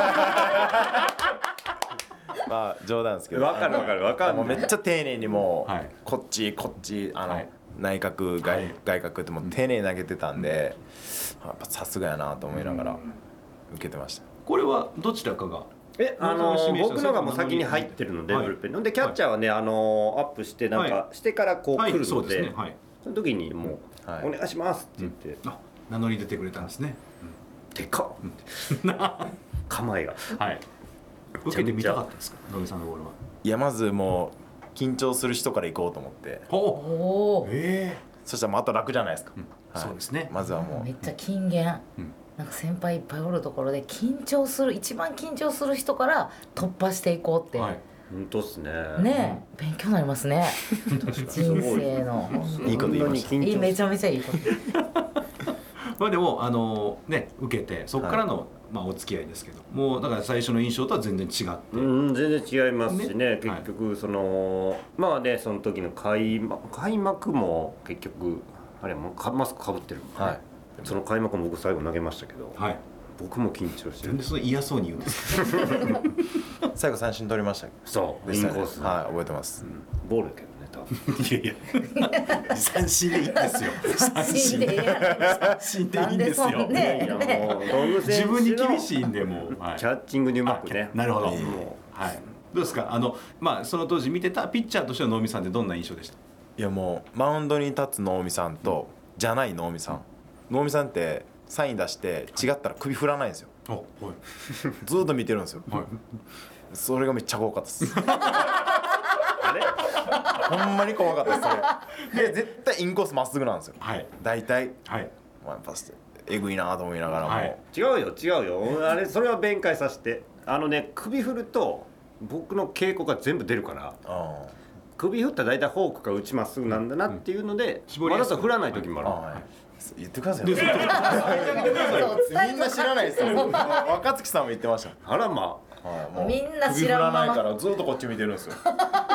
まあ冗談ですけど分かる分かる分かるもうめっちゃ丁寧にもう、はい、こっちこっちあの、はい、内角外、はい、外角ってもう丁寧に投げてたんで、うん、やっぱさすがやなと思いながら受けてました。 これはどちらかがえあのー、僕のがもう先に入ってるので、はい、ブルペンでキャッチャーはね、あのー、アップしてなんか、はい、してからこう来るので、はいそうですねはい、その時にもう、はい、お願いしますって言って、うん、 あ名乗り出てくれたんですね、 うん、でかっ構えがはい受けてみたかったですか野木さんのボールは。 いやまずもう緊張する人から行こうと思っておお、えー、そしたらまた楽じゃないですか、 うんはい、そうですねまずはもうめっちゃ金言、うんなんか先輩いっぱいおるところで緊張する一番緊張する人から突破していこうって、はい、 本当っすねねえ、うん、勉強になりますね人生のいいこと言いましたいいめちゃめちゃいいことまあでもあのね受けてそこからの、はいまあ、お付き合いですけどもうだから最初の印象とは全然違ってうん全然違いますしね、ね結局その、はい、まあねその時の開幕開幕も結局あれもマスクかぶってるもんね、はいその開幕も僕最後投げましたけど、はい、僕も緊張してる。 なんでそれ嫌そうに言うんですか最後三振取りましたそうインコースはい覚えてます、うん、 ボールだけどね多分いやいや三振でいいんですよ三振でいい三振でいいんですよねいやもう自分に厳しいんでもう、 はい、キャッチングにうまくねなるほど、えー、はいどうですかあのまあその当時見てたピッチャーとしての能見さんってどんな印象でした。 いやもうマウンドに立つ能見さんと、うん、じゃない能見さん能見さんってサイン出して違ったら首振らないんですよ、はい、ずっと見てるんですよ、はい、それがめっちゃ怖かったですあれほんまに怖かったですそれで絶対インコースまっすぐなんですよ、はい、大体、はいまあ、パスえぐいなと思いながらも、はい、 違うよ違うよあれそれは弁解させてあのね首振ると僕の稽古が全部出るからあ首振ったら大体フォークか打ちまっすぐなんだなっていうので、うん、わざと振らない時もある、はいはい言ってくださいよみんな知らないですよ若槻さんも言ってましたあらまあ、はい、もうみんな知らんまま首振らないからずっとこっち見てるんですよ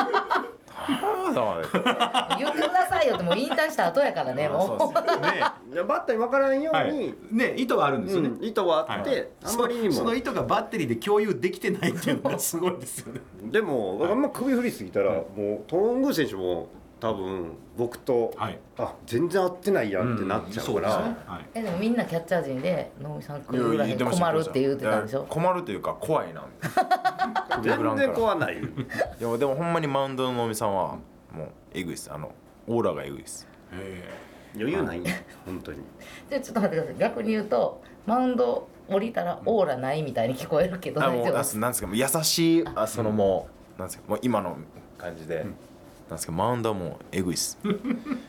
言ってくださいよってもう引退した後やからねもうねバッターに分からんように、はい、 ね意図はあるんですよね、 うん、意図はあって、はい、あんまりにもその意図がバッテリーで共有できてないっていうのがすごいですよねでも、はい、あんま首振りすぎたら、はい、もう頓宮選手も多分僕と、はい、あ全然合ってないやんってなっちゃうから、うんねはい、 えでもみんなキャッチャー陣で能見さん来るぐらい困るって言ってたんでしょ。 困るというか怖いな全然怖ないいやでもほんまにマウンドの能見さんはもうエグいです。あのオーラがエグいです。 余裕ないんや本当にじゃあちょっと待ってください。逆に言うとマウンド降りたらオーラないみたいに聞こえるけど大丈夫です。 なんですか優しいあそのもうなんですかもう今の感じで、うんなんですけどマウンドはもうエグいっす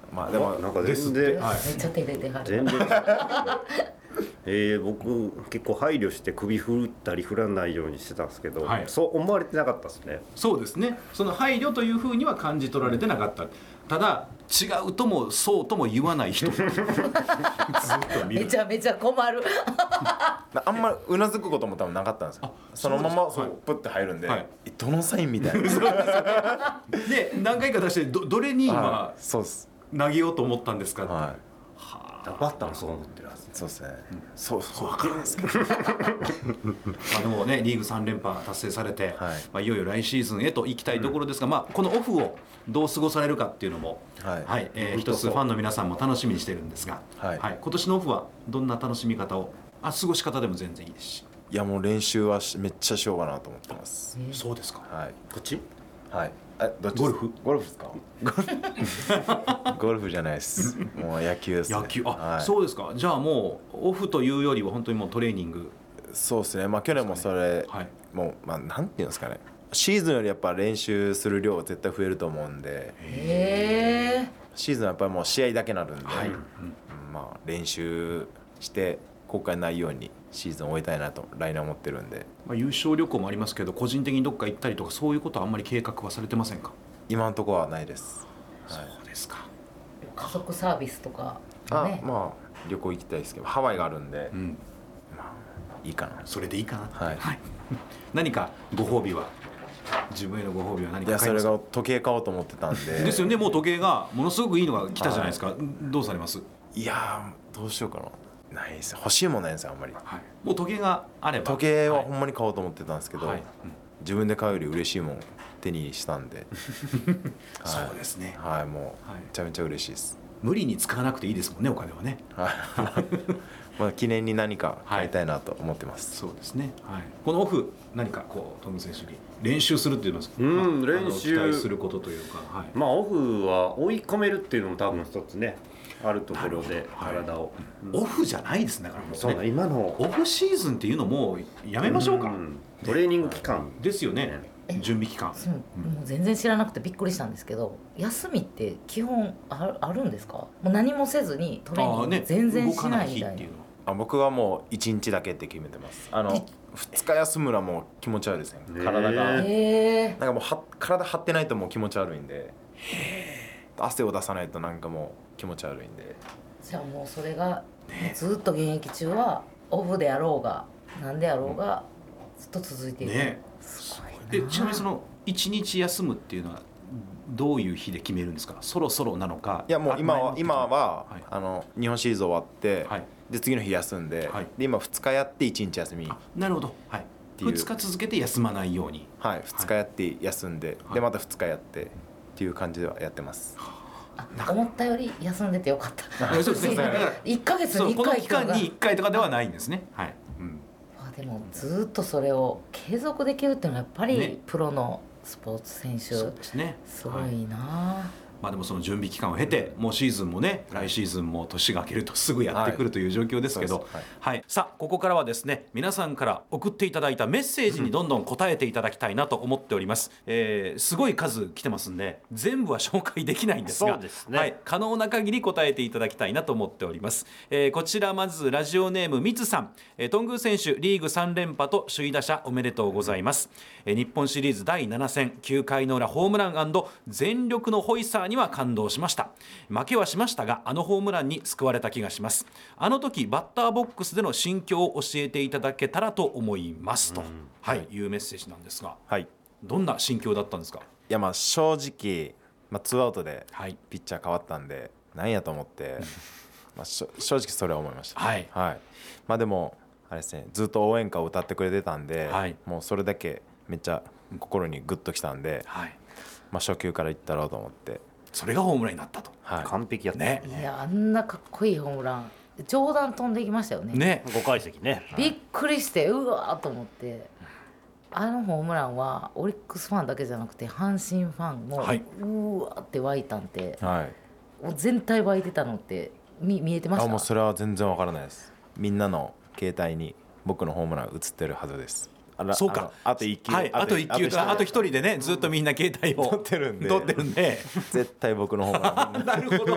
まあでもなんかです全然、 めっちゃ照れてはる全然えー、僕結構配慮して首振ったり振らないようにしてたんですけど、 はいそう思われてなかったですね。 そうですね、その配慮というふうには感じ取られてなかった。ただ違うともそうとも言わない人ずっと見る。 めちゃめちゃ困るあんまりうなずくことも多分なかったんですよ。そのままそうプッて入るんで、 はいえどのサインみたいなで何回か出して ど, どれに今はいそうです投げようと思ったんですかって、 はいバッターもそう思ってるはず。 そうですね、そうそう分かるんですけどまあ、でもねリーグさん連覇達成されて、 はいまあ、いよいよ来シーズンへと行きたいところですが、まあ、このオフをどう過ごされるかっていうのも、 はいえー一つファンの皆さんも楽しみにしてるんですが、 はい今年のオフはどんな楽しみ方をあ過ごし方でも全然いいですし。 いやもう練習はしめっちゃしようかなと思ってます。 そうですか。 はいこっちはい。えどっちゴルフゴルフですか？ゴルフじゃないです。もう野球ですね。 野球あ、 はい、 そうですか。じゃあもうオフというよりは本当にもうトレーニング。 そうですね。まあ去年もそれ、 はいもうまあなんていうんですかね。シーズンよりやっぱ練習する量は絶対増えると思うんで、 へえシーズンはやっぱりもう試合だけなるんで、 はい、うんまあ練習して後悔ないようにシーズンを終えたいなと来年思ってるんで、 まあ、優勝旅行もありますけど個人的にどっか行ったりとかそういうことはあんまり計画はされてませんか？ 今のところはないです。はい。 そうですか。 家族サービスとかあ、 ねまあ旅行行きたいですけどハワイがあるんで、 うん、 まあいいかな。 それでいいかな。 はい何かご褒美は自分へのご褒美は何いやそれか買いますか？ が時計買おうと思ってたんでですよね。もう時計がものすごくいいのが来たじゃないですか。どうされます？ いやーどうしようかな。ないです。欲しいもんないんですよあんまり。 はい。もう時計があれば。 時計ははいほんまに買おうと思ってたんですけど、 はいうん自分で買うより嬉しいもん手にしたんで、はいそうですね。 はいもうはいめちゃめちゃ嬉しいです。 無理に使わなくていいですもんね、お金はね。 はい。まあ記念に何か買いたいなと思ってます。 そうですね。はい。このオフ何かこうトム選手に練習するっていうのは、 うんまあ練習あの期待することというか、はい。 まあオフは追い込めるっていうのも多分一つねあるところでなるほど体を、 オフじゃないですねだからもうね。 そうだ今のオフシーズンっていうのもやめましょうか。 んトレーニング期間ですよね。準備期間。 そうもう全然知らなくてびっくりしたんですけど休みって基本あるあるんですか？もう何もせずにトレーニングああね。 全然し動かないみたいな日っていうのは。 あ僕はもういちにちだけって決めてます。あのふつか休むのはもう気持ち悪いですね。 ね体が。 へえなんかもうは体張ってないともう気持ち悪いんで汗を出さないとなんかもう気持ち悪いんでじゃあもうそれがずっと現役中はオフであろうがなんであろうがずっと続いている、 ね。 すごいなでちなみにその一日休むっていうのはどういう日で決めるんですか？そろそろなのか。 いやもう今あ前もっては今は、 はいあの日本シリーズ終わって、 はいで次の日休んで、 はいで今ふつかやっていちにち休み、 あなるほど。はい。 ていうふつか続けて休まないように。 はい、ふつかやって休んで、 はいでまたふつかやってっていう感じではやってます。 あ思ったより休んでてよかったいやそうですねだからいっかげつに1 そうこの回期間にいっかいとかではないんですね。はい。うん。 あでもずっとそれを継続できるっていうのはやっぱり、 ねプロのスポーツ選手そうですね。 すごはいいな、 まあでもその準備期間を経てもうシーズンもね来シーズンも年が明けるとすぐやってくるという状況ですけど、 そうですはいはい、さあここからはですね皆さんから送っていただいたメッセージにどんどん答えていただきたいなと思っております、えーすごい数来てますんで全部は紹介できないんですがそうですねはい、可能な限り答えていただきたいなと思っております、えーこちらまずラジオネームみつさん、えー、頓宮選手リーグさん連覇と首位打者おめでとうございます、えー日本シリーズだいなな戦きゅうかいの裏ホームラン&全力のホイサーには感動しました負けはしましたがあのホームランに救われた気がしますあの時バッターボックスでの心境を教えていただけたらと思いますと、はい、いうメッセージなんですがはい。いどんな心境だったんですか？ やまあ正直、まあ、ツーアウトではいピッチャー変わったんでなんやと思ってまあしょ正直それは思いました。 はいはい。まあでもあれですねずっと応援歌を歌ってくれてたんで、 はいもうそれだけめっちゃ心にグッときたんで、 はい、 まあ初球からいったろうと思って、 それがホームランになったとはい。 完璧やったねいやあんなかっこいいホームラン上段飛んでいきましたよねねごかい席ねびっくりしてうわーと思ってあのホームランはオリックスファンだけじゃなくて阪神ファンも、 はいうわーって湧いたんてはい。 もう全体湧いてたのって見見えてましたあもうそれは全然わからないです。みんなの携帯に僕のホームラン映ってるはずです。あらそうかあのあといっ球、 はい、あといっ球かあと一人でねずっとみんな携帯を撮ってるんで撮ってるんで絶対僕のホームランなるほど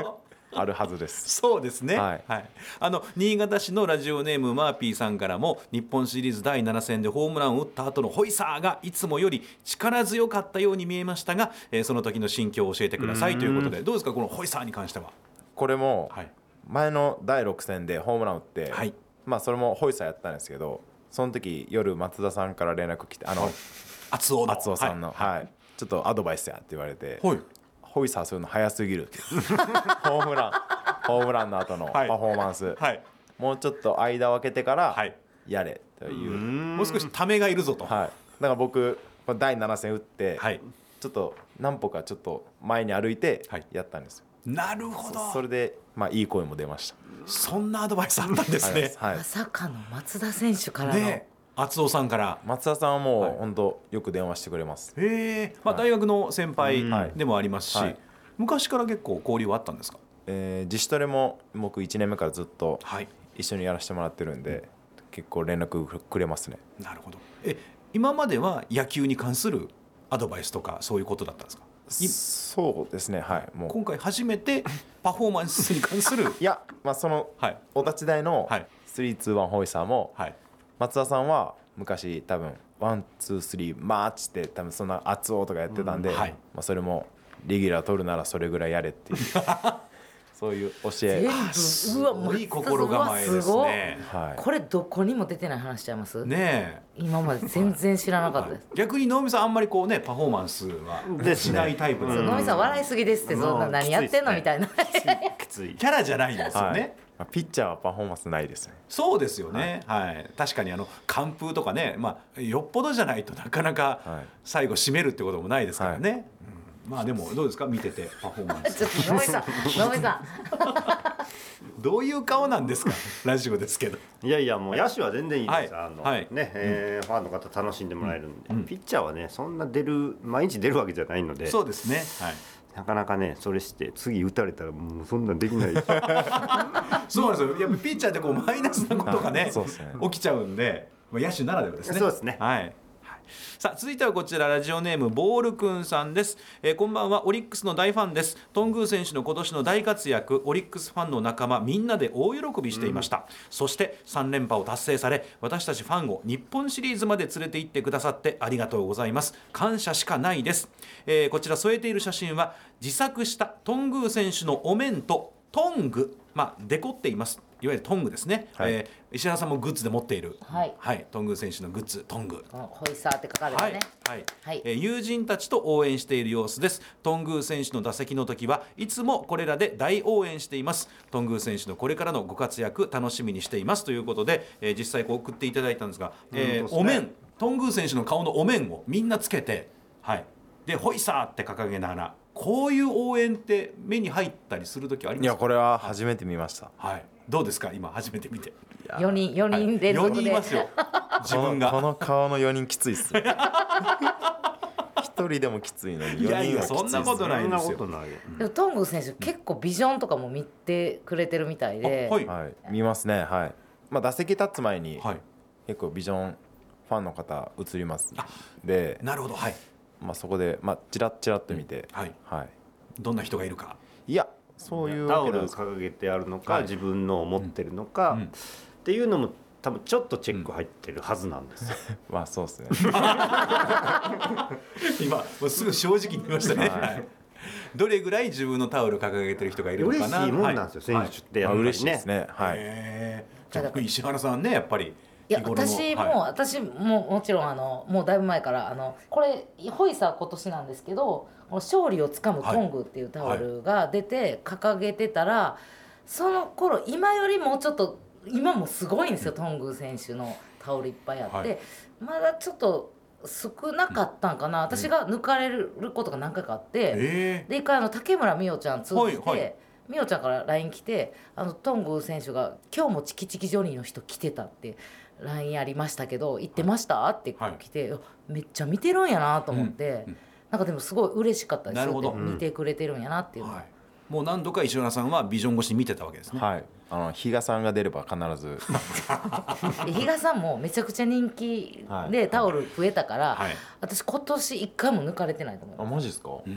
あるはずです。 そうですね、 はいはい、あの新潟市のラジオネームマーピーさんからも、日本シリーズだいなな戦でホームランを打った後のホイサーがいつもより力強かったように見えましたが、えーその時の心境を教えてくださいということで、どうですかこのホイサーに関しては。 これもはい前のだいろく戦でホームラン打って、 はい、 まあそれもホイサーやったんですけど、その時夜松田さんから連絡来て、あの厚尾の厚尾さんの、 はいはい、ちょっとアドバイスやって言われて、 はい、 ホイサーするの早すぎるってホームランホームランの後のパフォーマンス、 はいもうちょっと間を空けてからはいやれという、 もう少しためがいるぞと、 はい、だから僕これだいなな戦打って、 はい、 ちょっと何歩かちょっと前に歩いてはいやったんですよ。 なるほど。 そそれで、まあ、いい声も出ました。 そんなアドバイスあったんですね。 はいまさかの松田選手からの、 ね厚尾さんから。 松田さんはもう、 はい本当よく電話してくれます。 へえ、まあ、 はい大学の先輩はいでもありますし、 はい昔から結構交流はあったんですか。 えー自主トレも僕いちねんめからずっとはい、 一緒にやらせてもらってるんで、結構連絡くれますね。 なるほど。え今までは野球に関するアドバイスとかそういうことだったんですか。いそうですね、はい。もう今回初めてパフォーマンスに関するいや、まあ、そのはいお立ち台のはいスリーツーワンホイサーも、 はい松田さんは昔多分ワンツースリーマーチって多分そんな熱男とかやってたんで、 うんはいまあ、それもレギュラー取るならそれぐらいやれっていうそういう教え、 全す部うわごい心構えですね。 はい、 これどこにも出てない話しちゃいますね今まで全然知らなかったです、 え、逆に能見さんあんまりこうねパフォーマンスはですねしないタイプですそうよね。 野見さん笑いすぎですって、そんなうん何やってんのきついっすねみたいなきついキャラじゃないんですよはいね。 まあ、ピッチャーはパフォーマンスないですね。 そうですよね、はい確かにあの完封とかね、まあ、よっぽどじゃないとなかなかはい最後締めるってこともないですからね、うんまあでもどうですか見ててパフォーマンちょスっと野見さん野見さんどういう顔なんですかラジオですけど。 いやいやもう野手は全然いいです、 はいあのはいね、えーファンの方楽しんでもらえるんで、 うんピッチャーはねそんな出る毎日出るわけじゃないので、 そうですね、はい、 なかなかねそれして次打たれたらもうそんなんできないそうなんですよ。やっぱピッチャーってこうマイナスなことがねはいそうですね起きちゃうんで、まあ、野手ならではですね。 そうですねはい。はいさあ続いてはこちらラジオネームボールくんさんです、えーこんばんは。オリックスの大ファンです。頓宮選手の今年の大活躍、オリックスファンの仲間みんなで大喜びしていました、うん、そしてさん連覇を達成され、私たちファンを日本シリーズまで連れて行ってくださってありがとうございます。感謝しかないです、えー、こちら添えている写真は自作した頓宮選手のお面とトング、まあ、デコっています。いわゆるトングですね、 はい、 えー、石原さんもグッズで持っている、 はいはい、頓宮選手のグッズトング、 ホイサーって書かれてはいね、 はいはいえー友人たちと応援している様子です。頓宮選手の打席の時はいつもこれらで大応援しています。頓宮選手のこれからのご活躍楽しみにしていますということで、えー実際こう送っていただいたんですが、えーうんそうですねお面頓宮選手の顔のお面をみんなつけて、はい、でホイサーって掲げながら、こういう応援って目に入ったりする時ありますか。 いやこれは初めて見ました。 はい、どうですか今初めて見て。 よにんよにん連よにんい続で、 ますよ自分がこのこの顔のよにんきついっすね一人でもきついのにいやいやよにんはきついっすね。 そんなことないそんなですよことないよでも頓宮選手結構ビジョンとかも見てくれてるみたいで、 あはいはい、見ますね。はい。まあ打席立つ前に、 はい、 結構ビジョンファンの方映ります。で、 なるほど、はい、 まあそこでまあチラッチラッと見て、 はい、 はい。 どんな人がいるか。 いやそういうタオルわけなんです。 掲げてあるのか、 はい自分のを持ってるのか、 うんっていうのも多分ちょっとチェック入ってるはずなんですよ、 まあそうですね。 今もうすぐ正直に言いましたね、 はいはいどれぐらい自分のタオル掲げてる人がいるの嬉かな。 しいもんなんですよ、 はい選手ってやまあっぱりね、 嬉しいですね。はい。 へーじゃあ石原さんねやっぱりいや日頃の私も、 はい私ももちろんあのもうだいぶ前からあのこれホイサー今年なんですけど、この勝利をつかむトングっていうタオルが出て掲げてたら、その頃今よりもうちょっと今もすごいんですよ、トング選手のタオルいっぱいあって、 はいまだちょっと少なかったんかな、私が抜かれることが何回かあって、 えで一回あの竹村美桜ちゃん通じて、 はいはい美桜ちゃんから ライン 来て、あのトング選手が「今日もチキチキジョニーの人来てた」って ライン ありましたけど行ってましたってはい来て、めっちゃ見てるんやなと思って、 うんうんなんかでもすごい嬉しかったですよ。 なるほどで見てくれてるんやなっていうーのは、 はい、もう何度か石原さんはビジョン越しに見てたわけですね。 はい。あの比嘉さんが出れば必ず。 で比嘉さんもめちゃくちゃ人気でタオル増えたから、 はい私今年いっかいも抜かれてないと思う。 あマジですか。 うん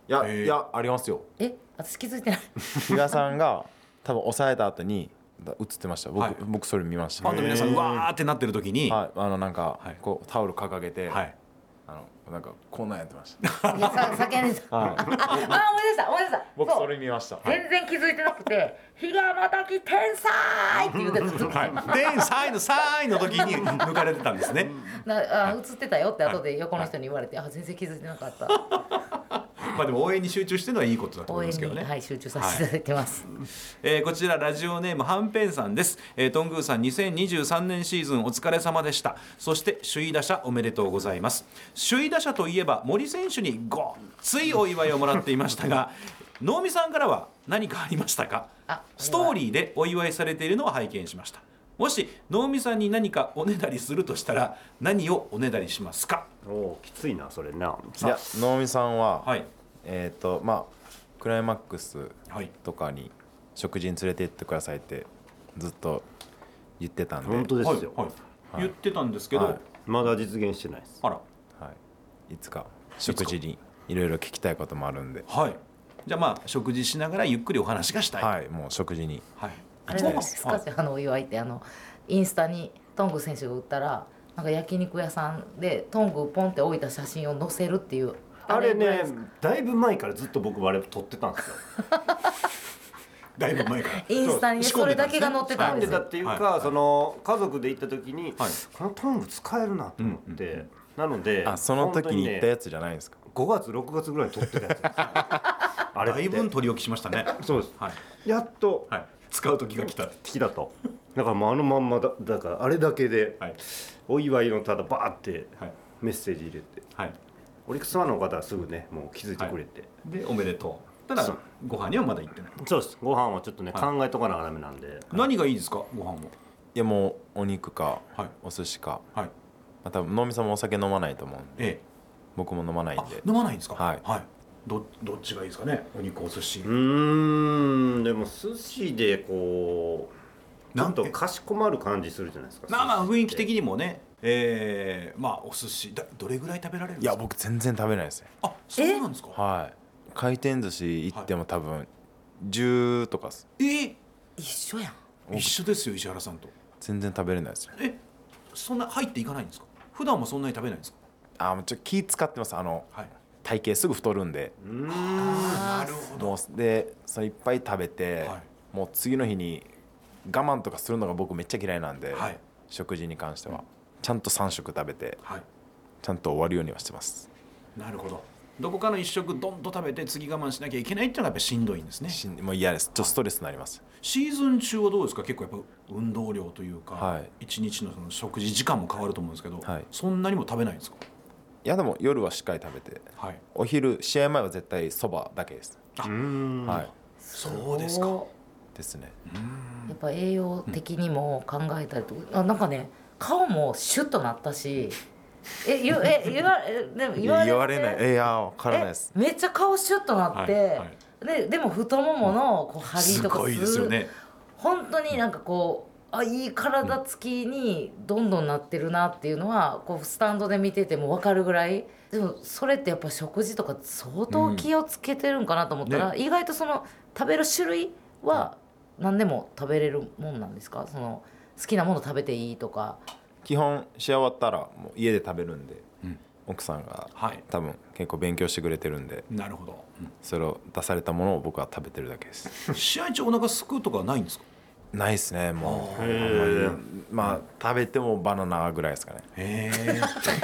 いやへーいやありますよ。 え私気づいてない比嘉さんが多分抑えた後にだ映ってました。僕、 はい僕それ見ました。 ファンの皆さんうわーってなってる時に、 はい、あのなんか、 はいこうタオル掲げて、 はい、 あのなんかこんなんやってました。 いやさ叫んでたはい、 ああ思い出した思い出した僕そうそれ見ました。 全然気づいてなくて「比嘉またき天才!」って言うてたずっとはい、でサイのサイの時に抜かれてたんですね。 なあ映ってたよって後で横の人に言われて、あ全然気づいてなかったまあでも応援に集中してるのはいいことだと思応援に、 いますけどね。 はい、集中させていただいてます、 えーこちらラジオネームはんぺんさんです、えー、トングーさんにせんにじゅうさんねんシーズンお疲れ様でした。そして首位打者おめでとうございます。首位打者といえば森選手にごっついお祝いをもらっていましたが能見さんからは何かありましたか？ あストーリーでお祝いされているのを拝見しました。もし能見さんに何かおねだりするとしたら何をおねだりしますか？ おおきついなそれな。 いや能見さんは、 はいえっ、とまあクライマックスはいとかに食事に連れて行ってくださいってずっと言ってたんで、 本当ですよ、 はいはい言ってたんですけど、 はいまだ実現してないです。 あらはい、いつか食事にいろいろ聞きたいこともあるんで、 はいじゃあまあ食事しながらゆっくりお話がしたい。 はい、もう食事にはいあれなんですか、あのお祝いってあのインスタにトング選手が打ったらなんか焼肉屋さんでトングポンって置いた写真を載せるっていうあれねぐらいですかだいぶ前からずっと僕あれ撮ってたんですよ。 だいぶ前からインスタにねそれだけが載ってたなんんですよでだっていうか、 はいその家族で行った時に、 はいこのトング使えるなと思って、なのであその時に言ったややつじゃないんですか？ ごがつろくがつぐらいに撮ってたやつですよあれってだいぶ取り置きしましたね。 そうです、 はいやっとはい使う時が来た。 来たと。だからもうあのまんまだだからあれだけではいお祝いのただバーってはいメッセージ入れて、 はいオリックスファンの方はすぐねもう気づいてくれて、 でおめでとう。ただそうご飯にはまだ行ってない。 そうですご飯はちょっとね、 はい考えとかなきゃダメなんで。 何がいいですかご飯も。 いやもうお肉か、 はいお寿司か、 はいまあ、多分能見さんもお酒飲まないと思うんで、 ええ僕も飲まないんあで、 飲まないんですか。 はいはいどどっちがいいですかねお肉お寿司。 うーんでも寿司でこうちなんょっとかしこまる感じするじゃないですか。 まあまあ寿司って雰囲気的にもね。えー、まあお寿司だどれぐらい食べられるんいですか。 や僕全然食べないですね。 あそうなんですか。 はい、回転寿司行っても多分じゅうとかっす。 えー、 一緒やん一緒ですよ石原さんと。 全然食べれないですよ。 えそんな入っていかないんですか。普段もそんなに食べないんですか。 あもうちょっと気使ってます。あのはい。 体型すぐ太るんで、 うーんなるほど。 もうでそれいっぱい食べて、 はいもう次の日に我慢とかするのが僕めっちゃ嫌いなんで、 はい食事に関してはちゃんとさん食食べてはい。 ちゃんと終わるようにはしてます。 なるほど。どこかの一食どんと食べて次我慢しなきゃいけないっていうのがやっぱりしんどいんですね。 しんもう嫌です。ちょっとストレスになります。 シーズン中はどうですか。結構やっぱ運動量というか、 はい一日のその食事時間も変わると思うんですけど、 はいそんなにも食べないんですか。 いやでも夜はしっかり食べて、 はい。 お昼試合前は絶対そばだけです。 うーんはいそうですか。 そですね。 うやっぱ栄養的にも考えたりとか、あなんかね顔もシュッとなったしえ言え言わえでもい言われてや言われない。いやわからないです。 えめっちゃ顔シュッとなって、 はいはいででも太もものこう張りとかすごいですよね。 本当になんかこうあいい体つきにどんどんなってるなっていうのはこうスタンドで見てても分かるぐらい。でもそれってやっぱ食事とか相当気をつけてるんかなと思ったら、 うん意外とその食べる種類は何でも食べれるもんなんですか。その好きなもの食べていいとか。 基本試合終わったらもう家で食べるんで、 うん奥さんがはい。 多分結構勉強してくれてるんで、 なるほど。 それを出されたものを僕は食べてるだけです。 試合中お腹すくとかはないんですか。 ないですね。もうあんまへーりまあ食べてもバナナぐらいですかね。 へえ。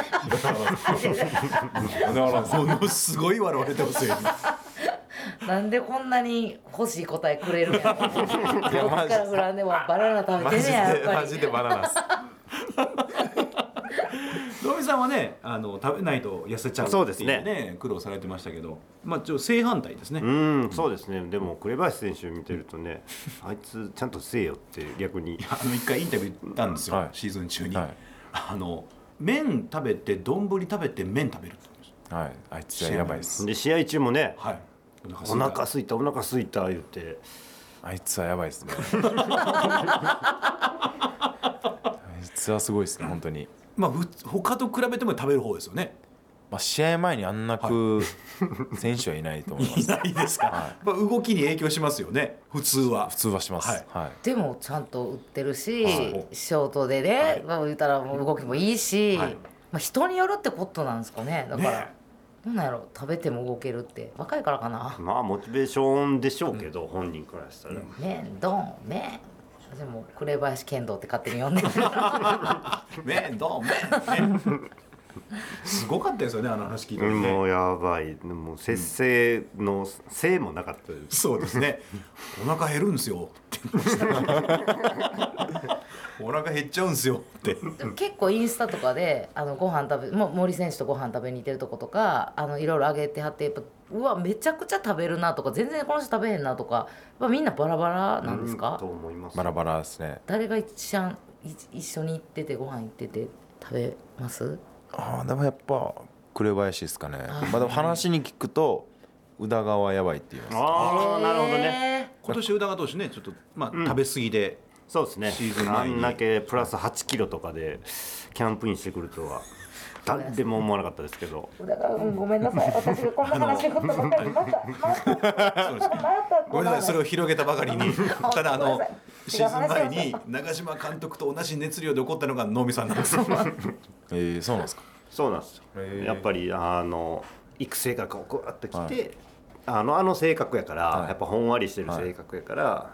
ものすごい笑われてますよ。 なんでこんなに欲しい答えくれるんやろ。こっマジからフランでもバナナ食べてマジんねややっぱり。 でマジでバナナです。 能見さんはねあの食べないと痩せちゃうそうっていうですねね苦労されてましたけど、まあちょっと正反対ですね。 うんそうですね。でも紅林選手見てるとね、あいつちゃんとせえよって逆に。 あの一回インタビュー行ったんですよ、 はいシーズン中に、 はいあの麺食べて丼食べて麺食べるって言うんですよ。 はい、あいつはやばいです。 で試合中もね、 はい。 お腹すいたお腹すいた言って。 あいつはやばいですね。あいつはすごいですね本当に。 まあふ他と比べても食べる方ですよね。 まあ、試合前にあんな食う選手はいないと思います。 いないですか、はい、やっぱ動きに影響しますよね普通は。 普通はします、 はいはい、 でもちゃんと打ってるし、 はい、 ショートでね、はい、まあ、言ったらもう動きもいいし、はい、まあ、人によるってことなんですかね。だから、ね、なんなんやろ、食べても動けるって若いからかな。 まあモチベーションでしょうけど、うん、本人からしたら、 麺どん麺でも紅林剣道って勝手に呼んでる麺どん麺すごかったですよね、あの話聞いて、ね、 もうやばい、もう節制のせいもなかったです、 そうですねお腹減るんですよって言ってましたお腹減っちゃうんですよって結構インスタとかであのご飯食べもう森選手とご飯食べに行ってるとことかあのいろいろ上げてはって、やっぱうわめちゃくちゃ食べるなとか全然この人食べへんなとか、やっぱみんなバラバラなんですか？ と思います。 バラバラですね。 誰が一緒一緒に行っててご飯行ってて食べます？ あでもやっぱ紅林ですかね。まあ、でも話に聞くと宇田川やばいって言います。 ああなるほどね。 今年宇田川投手ねちょっとまあ、うん、食べ過ぎで、 そうですね、 シーズン前にあんだけプラスはちキロとかでキャンプインしてくるとは誰でも思わなかったですけど。 宇田川君ごめんなさい、私がこんな話振ったばかりまたごめんなさい、それを広げたばかりにただあのシーズン前に長嶋監督と同じ熱量で起こったのが能見さんなんですよえー、そうなんですか。 そうなんですよ、えー、やっぱりあの育成からこうやってきて、はい、あのあの性格やから、はい、やっぱほんわりしてる性格やから、はい、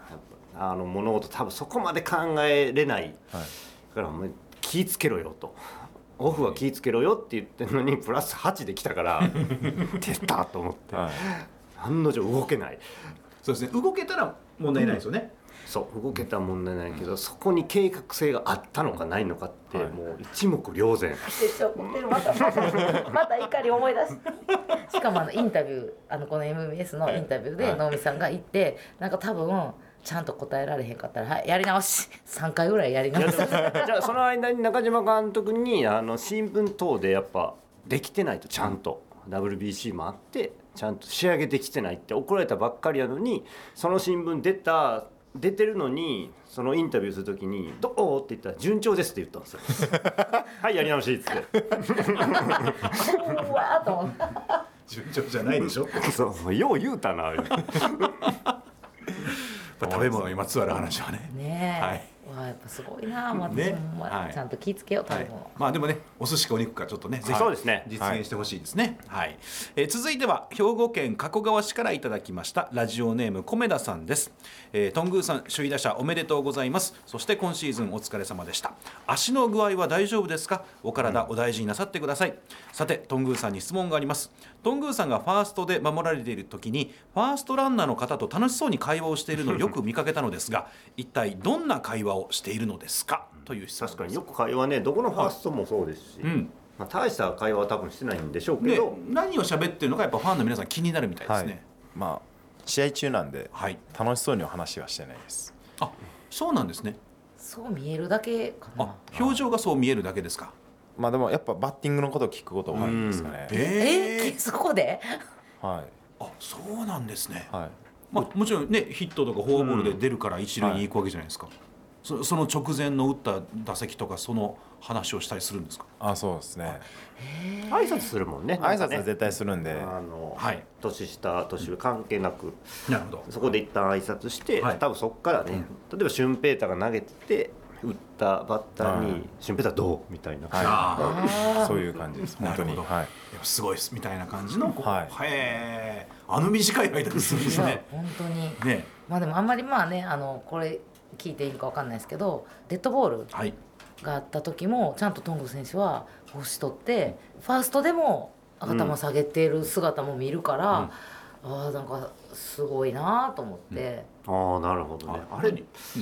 あの物事多分そこまで考えれない、はい、だからもう気ぃつけろよと、オフは気ぃつけろよって言ってるのにプラスはちできたから出たと思って、はい、案の定動けない。 そうですね、動けたら問題ないですよね、 うん、そう動けたら問題ないけど、そこに計画性があったのかないのかって、はい、もう一目瞭然。 またまたまた怒り思い出ししかもあのインタビューあのこの エムビーエス のインタビューで能見さんが言って、なんか多分ちゃんと答えられへんかったら、はい、やり直しさんかいぐらいやり直し。じゃあその間に中島監督にあの新聞等でやっぱできてないと、ちゃんと ダブリュービーシー もあってちゃんと仕上げてきてないって怒られたばっかりやのに、その新聞出た出てるのにそのインタビューするときにどうって言ったら順調ですって言ったんですよはいやり直しっつってうわーと思った。 順調じゃないでしょそうよう言うたな食べ物にまつわる話はね。 ねえ、 はい、 わやっぱすごいな、私も、ね、はい、ちゃんと気ぃつけよう、食べ物、はい、 まあでもね、お寿司かお肉かちょっとね、ぜひそうですね、 実現してほしいですね。はい、はい、えー、続いては兵庫県加古川市からいただきましたラジオネーム米田さんです。えー、頓宮さん首位打者おめでとうございます。そして今シーズンお疲れ様でした。足の具合は大丈夫ですか？お体お大事になさってください。さて頓宮さんに質問があります。頓宮さんがファーストで守られている時にファーストランナーの方と楽しそうに会話をしているのをよく見かけたのですが一体どんな会話をしているのですか？という質問です。 確かによく会話ね、どこのファーストもそうですし、うん、まあ、大した会話は多分してないんでしょうけど、 何を喋ってるのかやっぱファンの皆さん気になるみたいですね。はい、 まあ試合中なんで、 はい、 楽しそうには話はしてないです。 あ、そうなんですね。 そう見えるだけかな。 あ、表情がそう見えるだけですか？ まあでもやっぱバッティングのことを聞くことが多いんですかね。 えー、えー、そこではい。 あ、そうなんですね。 はい。 まあ、もちろんねヒットとかフォアボールで出るから一塁に行くわけじゃないですか。はい、そ, その直前の打った打席とかその話をしたりするんですか？ あ、そうですね。 挨拶するもんね。 挨拶は絶対するんで、 あの、 はい、 年下年上関係なく、 なるほど、 そこで一旦挨拶して、はい、多分そこからね、うん、例えばシュンペーターが投げてて打ったバッターに、はい、シュンペーターどうみたいな、 はい、そういう感じです。本当に、はい、 すごいですみたいな感じの、 はい、 へー、あの短い間にするんですね。 本当にね。 まあでもあんまりまあね、あのこれ聞いていいか分かんないですけど、デッドボールがあった時もちゃんと頓宮選手は星取ってファーストでも頭下げている姿も見るから、うん、ああなんかすごいなと思って、 うん、ああなるほどね。あ, あれ、うん、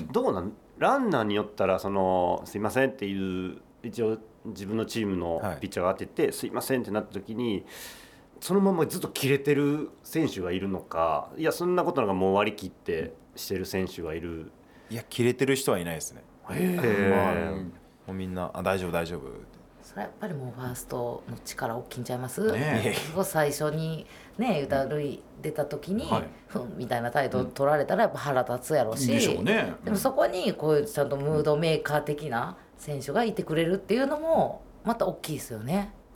どうなんランナーによったらそのすいませんっていう一応自分のチームのピッチャーが当てて、はい、すいませんってなった時にそのままずっと切れてる選手がいるのか、いやそんなことなんかもう割り切ってしてる選手がいる。 いや切れてる人はいないですね。 へえ、 まあ、もうみんなあ大丈夫大丈夫。 それはやっぱりもうファーストの力大きいんちゃいます？ ね、 最初にね歌塁出た時に、はい、ふんみたいな態度取られたらやっぱ腹立つやろし、 でしょうね、 でもそこにこういうちゃんとムードメーカー的な選手がいてくれるっていうのもまた大きいですよね。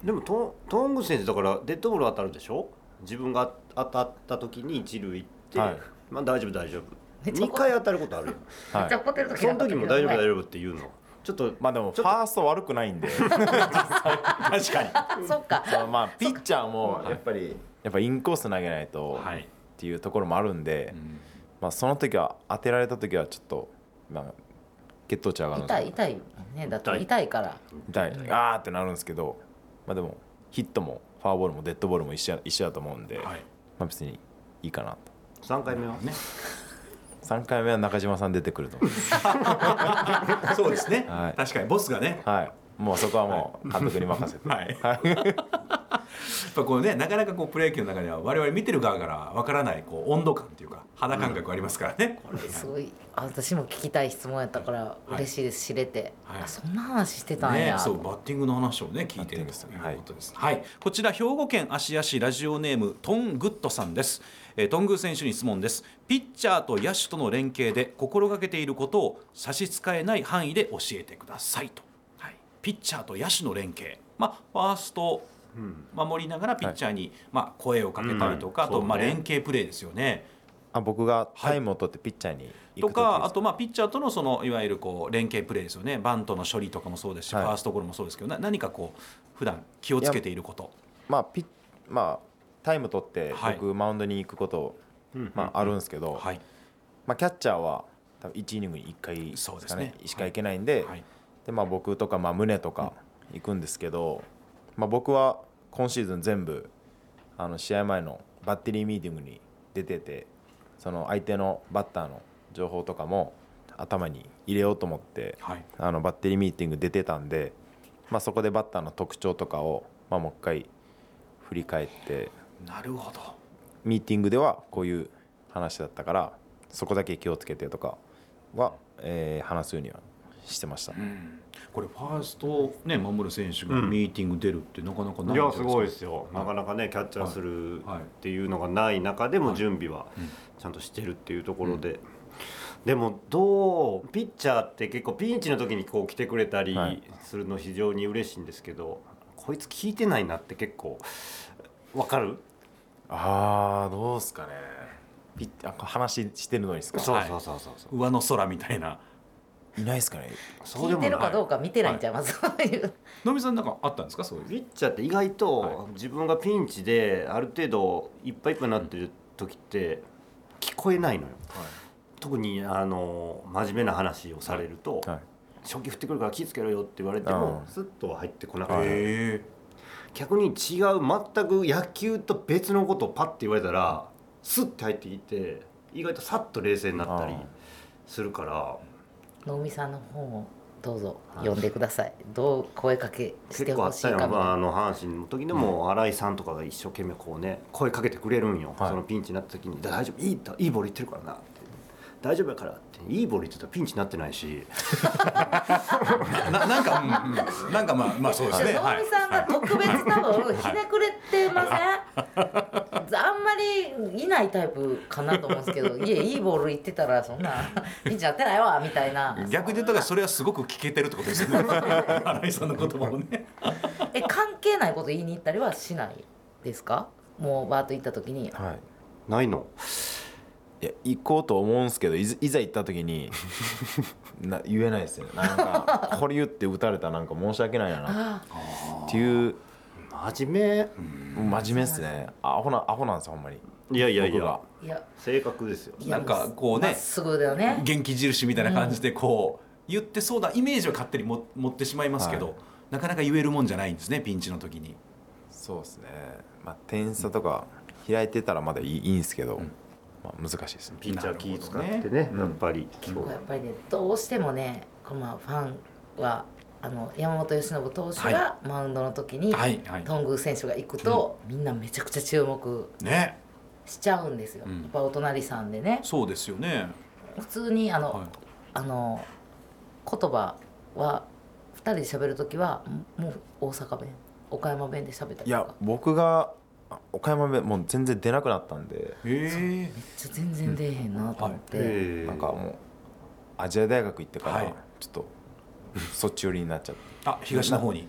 でもトトング選手だからデッドボール当たるでしょ。自分が当たった時に一塁行って、 はい、 まあ大丈夫大丈夫めっちゃにかい当たることあるよめっちゃ怒ってる時その時も大丈夫大夫丈夫って言うのちょっとまあでもファースト悪くないんで確かにそっかそうまあピッチャーもやっぱりやっぱインコース投げないとはいっていうところもあるんで、 うんまあその時は当てられた時はちょっとまあ血糖値上がるんですよ痛い痛いねだって痛いから痛いあーってなるんですけど、まあでもヒットもフォアボールもデッドボールも一緒一緒だと思うんで、 はいまあ別にいいかなと。 さんかいめはねさんかいめは中島さん出てくると思うそうですね、 はい確かにボスがねはいもうそこはもう監督に任せてはいやっぱこうねなかなかこうプロ野球の中では我々見てる側からわからないこう温度感っていうか肌感覚ありますからね、 これすごいあ私も聞きたい質問やったから嬉しいです、知れて、 はいあそんな話してたんや、 ね、そうバッティングの話をね聞いてるということです、はいはい、こちら兵庫県芦屋市ラジオネームトングッドさんです、えー、トング選手に質問です。ピッチャーと野手との連携で心がけていることを差し支えない範囲で教えてくださいと、はい、ピッチャーと野手の連携、まあ、ファースト守りながらピッチャーに、はいまあ、声をかけたりとか、うん、あと、まあ、連携プレーですよね。 あ僕がタイムを取ってピッチャーに行くとかあとまあピッチャーとのそのいわゆるこう連携プレーですよね。バントの処理とかもそうですし、はい、ファーストゴロもそうですけどな何かこう普段気をつけていること。 まあピッまあタイム取って僕、はい、マウンドに行くこと、まあ、あるんですけど、はいまあ、キャッチャーは多分いちイニングにいっかいですかね、そうですねしか行けないんで、はいでまあ、僕とか、まあ、宗とか行くんですけど、まあ、僕は今シーズン全部あの試合前のバッテリーミーティングに出ててその相手のバッターの情報とかも頭に入れようと思って、はい、あのバッテリーミーティング出てたんで、まあ、そこでバッターの特徴とかを、まあ、もう一回振り返ってなるほどミーティングではこういう話だったからそこだけ気をつけてとかは、えー、話すようにはしてました、うん、 これファースト、ね、守る選手がミーティング出るってなかなかないんじゃないですか。いやすごいですよ、はい、なかなかねキャッチャーするっていうのがない中でも準備はちゃんとしてるっていうところで、はいうん、でもどうピッチャーって結構ピンチの時にこう来てくれたりするの非常に嬉しいんですけど、はい、こいつ聞いてないなって結構分かる？ あーどうすかねピッ話してるのにですか？ そうそうそうそう、 はい、上の空みたいないないですかね。 聞いてるかどうか見てないんちゃいます？ 野見さんなんかあったんですか？そういうピッチャーって意外と自分がピンチである程度いっぱいいっぱいになってる時って聞こえないのよ、はい、特にあの真面目な話をされると、はい、初球振ってくるから気ぃつけろよって言われてもスッとは入ってこなかった。逆に違う全く野球と別のことをパッて言われたらスッて入ってきて意外とさっと冷静になったりするから。 能見さんの本をどうぞ読んでください。どう声かけしてほしいかみたいな。結構あったよ、まあ、あの阪神の時でも新井さんとかが一生懸命こうね声かけてくれるんよ、はい、そのピンチになった時に大丈夫いい、いいボールいってるからなって大丈夫やからっていいボールいってたらピンチになってないしな, なんか、うん、なんかまあまあそうですね。 能見さんが特別多分ひねくれてません、はい、あんまりいないタイプかなと思うんですけどいやいいボールいってたらそんなピンチなってないわみたいな。 逆に言ったらそれはすごく聞けてるってことですよね新井さんの言葉をねえ関係ないこと言いに行ったりはしないですか？もうバーッと行った時に、 はい、 ないの？ いや行こうと思うんですけど い, いざ行った時にな言えないですよね。なんかこれ言って打たれたらなんか申し訳ないなっていう真面目真面目ですね。アホなアホなんですよほんまに。 いやいやいやいや性格ですよ。 なんかこうねまっすぐだよね元気印みたいな感じでこう、うん、言ってそうだイメージを勝手にも持ってしまいますけど、はい、なかなか言えるもんじゃないんですねピンチの時に。 そうですね、まあ、点差とか開いてたらまだいい、いいんですけど、うんまあ、難しいですね。 ピッチャー気使ってね、やっぱり結構やっぱりねどうしてもねこのファンはあの山本由伸投手がマウンドの時に、はいはいはい、頓宮選手が行くと、うん、みんなめちゃくちゃ注目しちゃうんですよ、ね、やっぱお隣さんでね。 そうですよね。 普通にあの、はい、あの言葉はふたりで喋る時はもう大阪弁岡山弁で喋ったりとか。 いや僕が岡山弁もう全然出なくなったんで、 めっちゃ全然出えへんなと思って、 うんはい、なんかもうアジア大学行ってからちょっとそっち寄りになっちゃって。 あ東の方に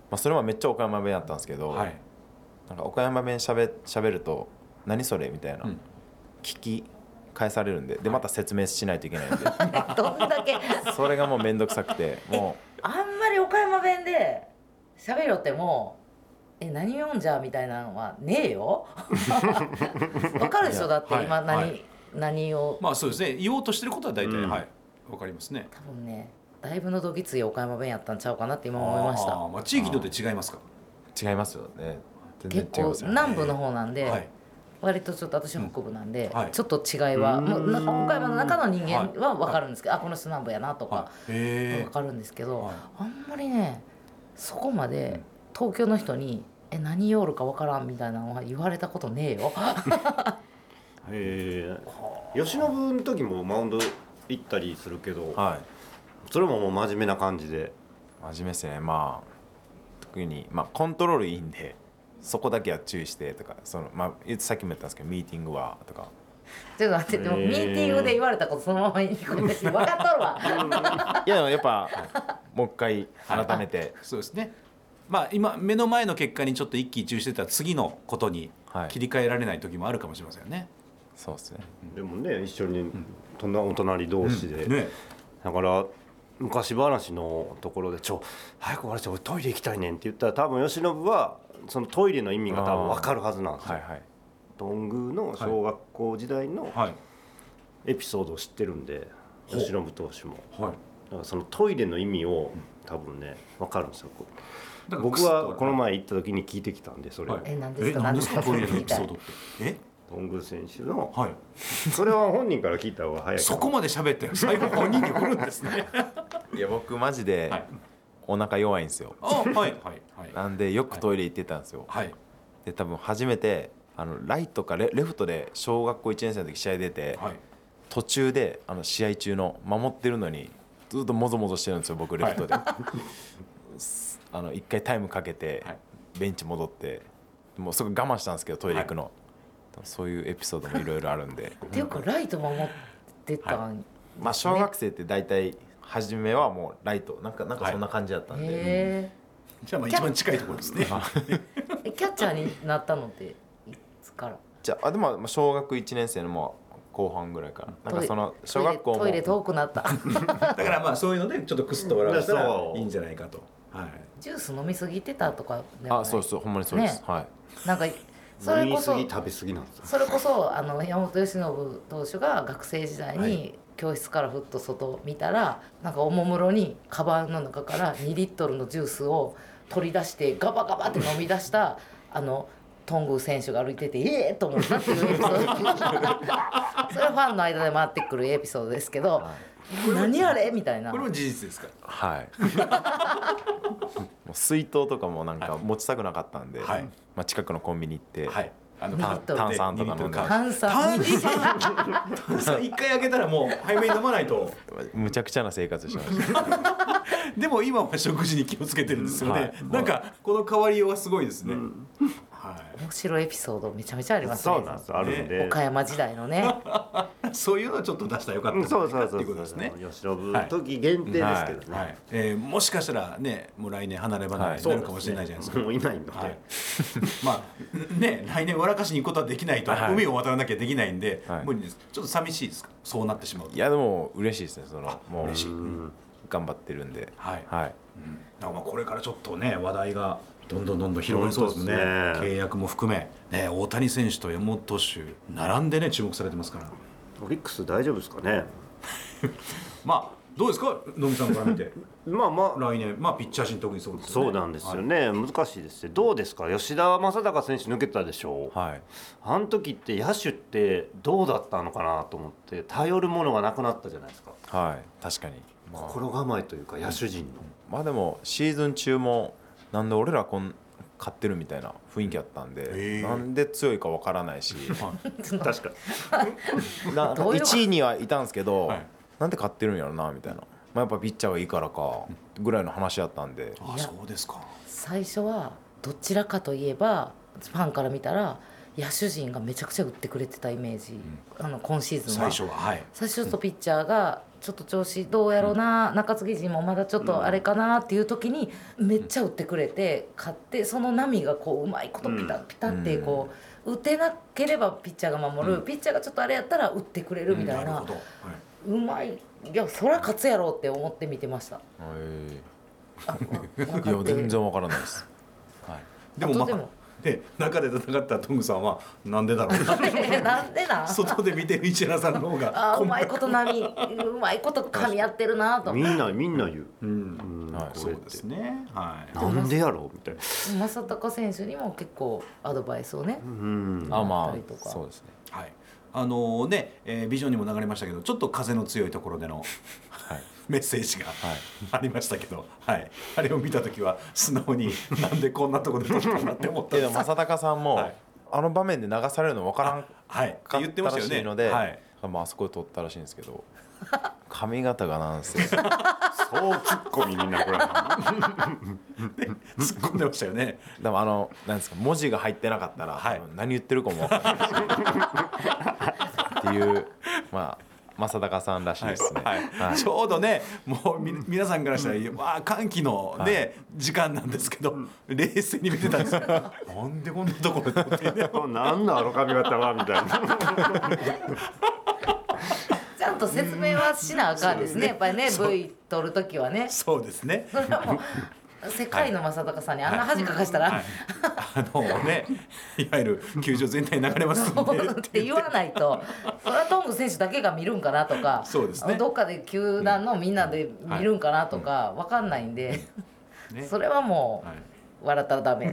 まあ、それはめっちゃ岡山弁やったんですけど、 はい、 なんか岡山弁しゃべしゃべると何それみたいな、うん、聞き返されるんで、でまた説明しないといけないんでどんだけそれがもうめんどくさくて、もうあんまり岡山弁で喋ろってもえ何読んじゃうみたいなのはねえよわかるでしょ、だって今何、はい、何をまあそうですね、言おうとしてることは大体、うん、はいわかりますね。 多分ねだいぶのどぎつい岡山弁やったんちゃうかなって今思いました。 あ、まあ、地域によって違いますか？ 違いますよね。 結構南部の方なんで、はい、割とちょっと私北部なんで、うんはい、ちょっと違いはもう岡山の中の人間は分かるんですけど、はい、あこの人南部やなとか分かるんですけど、はい、あんまりねそこまで東京の人にえ何ヨールか分からんみたいなのは言われたことねえよへえ。吉信の時もマウンド行ったりするけど、はい、それももう真面目な感じで。 真面目ですね。まあ特に、まあ、コントロールいいんでそこだけは注意してとか、その、まあ、さっきも言ったんですけどミーティングはとか。 ちょっと待って、でもミーティングで言われたことそのまま言い込んで分かっとるわいややっぱもう一回改めてそうですね。まあ今目の前の結果にちょっと一喜一憂してたら次のことに切り替えられない時もあるかもしれませんよね、はい、 そうですね。 でもね一緒にお隣同士で、うんね、だから昔話のところでちょ早く終わらせて俺トイレ行きたいねんって言ったら多分吉信はそのトイレの意味が多分分かるはずなんですよ。はいはい、頓宮の小学校時代のエピソードを知ってるんで、はい、吉信投手も、はい、だからそのトイレの意味を多分ね分かるんですよ。僕はこの前行った時に聞いてきたんで、それを、はい、 え何ですか何ですかトイレのエピソードってえ頓宮選手の、はい、それは本人から聞いた方が早い。 そこまで喋って最後本人に来るんですねいや僕マジでお腹弱いんですよ。 あ、はいはいはい、 なんでよくトイレ行ってたんですよ、はい、で多分初めてあのライトか レ, レフトで小学校いちねん生の時試合出て、はい、途中であの試合中の守ってるのにずっともぞもぞしてるんですよ僕レフトで、はい、あのいっかいタイムかけてベンチ戻ってもうそこ我慢したんですけどトイレ行くの、はい、そういうエピソードもいろいろあるんでっていうかライト守ってた、はい、 まあ小学生って大体初めはもうライトなんかなんかそんな感じだったんで、はい、 へー、じゃあまあ一番近いところですねキャッチャーになったのっていつから？ じゃあでも小学いちねん生のもう後半ぐらいからなんかその小学校もトイレ遠くなっただからまあそういうのでちょっとクスッと笑わせたらいいんじゃないかと、はい、 ジュース飲みすぎてたとかでもない？あ、そうそうほんまにそうです、ね、はい。 なんかそれこそ飲みすぎ食べすぎなんですよ。 それこそあの山本由伸投手が学生時代に教室からふっと外見たらなんかおもむろにカバンの中からにリットルのジュースを取り出してガバガバって飲み出したあの頓宮選手が歩いててええー、と思ったっていうエピソードそれはファンの間で回ってくるエピソードですけど、はい、何あれみたいな。 これも事実ですか？ はいもう水筒とかもなんか持ちたくなかったんで、はい、まあ、近くのコンビニ行って、はい、あの炭酸とか飲んで炭酸炭酸一回開けたらもう早めに飲まないとむちゃくちゃな生活してましたでも今は食事に気をつけてるんですよね、はい、なんかこの変わりようはすごいですね、うん、 はい、面白いエピソードめちゃめちゃありますね。そうなんです、あるんで岡山時代のねそういうのをちょっと出したらよかったんじゃないかっていうことですね。 吉信時限定ですけどね、はいはい、 えー、もしかしたらねもう来年離れ離れになるかもしれないじゃないですか、 はい、もういないので、はい、 まあね来年笑かしに行くことはできないと、はい、海を渡らなきゃできないんで、はい、無理です。ちょっと寂しいですか、そうなってしまうと。 いやでも嬉しいですね、そのもう嬉しい、うん、頑張ってるんで、 はいはい、うん、だからまあこれからちょっとね話題がどんどんどんどん広がりそうですね。契約も含め、ね、大谷選手と山本投手並んでね注目されてますから。 オリックス大丈夫ですかねまあどうですか野見さんから見てまあまあ来年、まあ、ピッチャー陣特にそうですよね。 そうなんですよね、はい、難しいですよ。どうですか、吉田正尚選手抜けたでしょう、はい、あの時って野手ってどうだったのかなと思って頼るものがなくなったじゃないですか。 はい、確かに、 まあ、心構えというか野手陣の、 うん、まあでもシーズン中もなんで俺らこん勝ってるみたいな雰囲気あったんで、なんで強いかわからないし確かにないちいにはいたんですけど、はい、なんで勝ってるんやろなみたいな、まあ、やっぱピッチャーがいいからかぐらいの話やったんで。 あ、そうですか。 最初はどちらかといえばファンから見たら野手陣がめちゃくちゃ打ってくれてたイメージ、うん、あの今シーズンは最初は、はい、 最初とピッチャーがちょっと調子どうやろうな、うん、中継ぎ陣もまだちょっとあれかなっていう時にめっちゃ打ってくれて勝って、その波がこううまいことピタッピタってこう、うん、打てなければピッチャーが守る、うん、ピッチャーがちょっとあれやったら打ってくれるみたいな、うん、なるほど、はい、うまい、いやそりゃ勝つやろうって思って見てました。 へいや全然わからないです、 はい、でも、まあ、でもで中で戦ったトングさんはなんでだろうなんでな外で見てる石原さんの方があうまいこと波うまいこと噛み合ってるなとみんなみんな言う、 うんうんはい、そうですね、はい、 なんでやろうみたいな正尚選手にも結構アドバイスをね、 うん、あまあそうですね、 はい、あのー、ね、えー、ビジョンにも流れましたけどちょっと風の強いところでの、はい、メッセージが、はい、ありましたけど、はい、あれを見た時は素直になんでこんなところで撮ったんだって思ったんです。 正尚さんも、はい、あの場面で流されるの分からんかったらしいので、 はい、 まあ、あそこで撮ったらしいんですけど髪型がなんせそうツッコミみんなこれ突っ込んでましたよね。 でもあのなんですか文字が入ってなかったら、はい、何言ってるかも分からないっていうまあ正尚さんらしいですね、 はいはいはい、ちょうどねもうみ皆さんからしたら、まあ、歓喜の、ねはい、時間なんですけど冷静に見てたんですよなんでこんなところでなんだあの髪型はみたいなちゃんと説明はしなあかんですね、やっぱりね V 撮るときはね。 そうですねそれはもう世界の正尚さんにあんな恥かかしたら、はいはい、あのねいわゆる球場全体に流れますんでって言わないとそれはトング選手だけが見るんかなとかそうですね、 どっかで球団のみんなで見るんかなとか分かんないんで、うんね、それはもう、はい、笑ったらダメ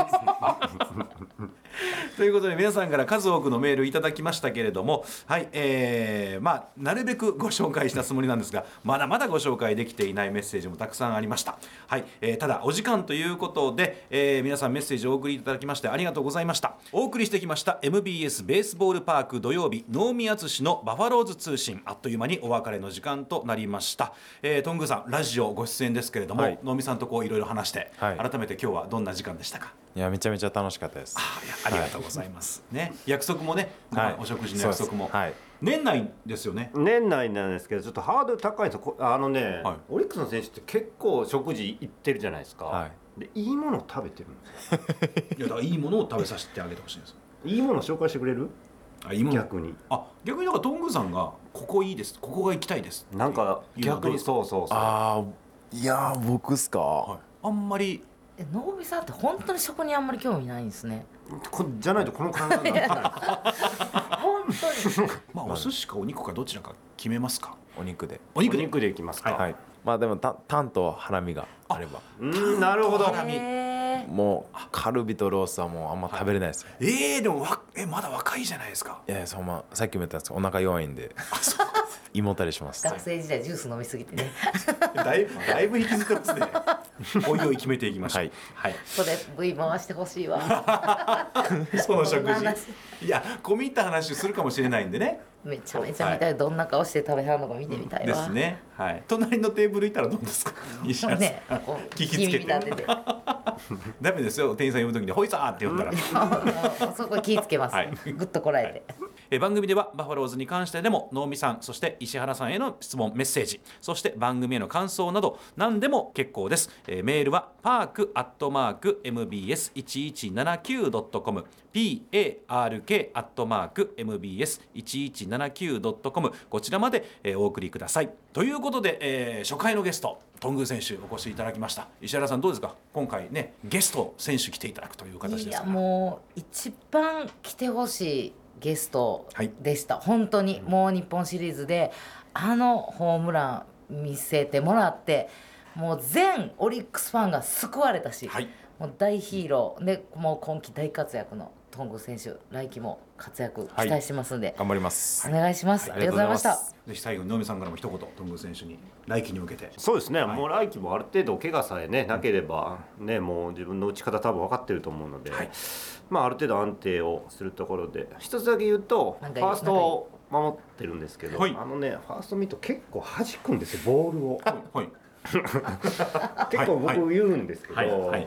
ということで皆さんから数多くのメールいただきましたけれども、はい、えー、まあなるべくご紹介したつもりなんですがまだまだご紹介できていないメッセージもたくさんありました。はい、えー、ただお時間ということで、えー、皆さんメッセージをお送りいただきましてありがとうございました。お送りしてきました エムビーエス ベースボールパーク土曜日能見篤のバファローズ通信、あっという間にお別れの時間となりました。えー、トングさんラジオご出演ですけれども、はい、能見さんとこういろいろ話して、はい、改めて今日はどんな時間でしたか？ いやめちゃめちゃ楽しかったです。 あ, いやありがとうございます、はい、ね、約束もね、はい、お食事の約束も、はい、年内ですよね。 年内なんですけどちょっとハードル高いんですよ。あのね、はい、オリックスの選手って結構食事行ってるじゃないですか、はい、でいいものを食べてるんですよいやだからいいものを食べさせてあげてほしいんです。 いいものを紹介してくれる？ あいいもの逆にあ逆にだからトングさんがここいいです、ここが行きたいですなんか逆にそうそうそうあいや僕っすか、はい、 あんまり能見さんって本当に食にあんまり興味ないんですね。 こじゃないとこの体になってない本当にまあお寿司かお肉かどちらか決めますか？ お肉でお肉で、 お肉でいきますか、 はいはい、まあでもタタンとハラミがあれば。 うんなるほど。 もうカルビとロースはもうあんま食べれないですよ、 はい、えー、でもわえまだ若いじゃないですか。 いやいやそん、ま、さっきも言ったんですけどお腹弱いんで胃もたれします。 学生時代ジュース飲みすぎてねだいぶだいぶ引きずってますねおいおい決めていきましょう。はい、はい、 それ V 回してほしいわその食事いや込み入った話するかもしれないんでね。 めちゃめちゃ見たい、はい、どんな顔して食べはるのか見てみたいわですね、はい、隣のテーブルいたらどうですか西原さん、ね、聞きつけてダメですよ店員さん呼ぶ時にホイサーって呼んだらそこ気ぃつけます、はい、ぐっとこらえて、はい、 え番組ではバファローズに関してでも能見さんそして石原さんへの質問メッセージそして番組への感想など何でも結構です、えー、メールはパークアットマーク エムビーエスいちいちななきゅうドットコム パーク アットマーク エムビーエスいちいちななきゅうドットコム こちらまで、えー、お送りください。ということで、えー、初回のゲスト頓宮選手お越しいただきました。石原さんどうですか今回ねゲスト選手来ていただくという形ですから。 いやもう一番来てほしいゲストでした、はい、本当にもう日本シリーズであのホームラン見せてもらってもう全オリックスファンが救われたし、はい、もう大ヒーローでもう今季大活躍の頓宮選手来季も活躍期待してますんで、 はい、頑張ります。 お願いします、はい、ありがとうございました。 ぜひ最後に能見さんからも一言頓宮選手に来季に向けて。 そうですね、はい、もう来季もある程度怪我さえ、ね、なければ、ね、もう自分の打ち方多分分かってると思うので、はい、まあ、ある程度安定をするところで一つだけ言うとファーストを守ってるんですけど、はい、あのねファーストミット結構弾くんですよボールを、はい、結構僕言うんですけど、はいはいはい、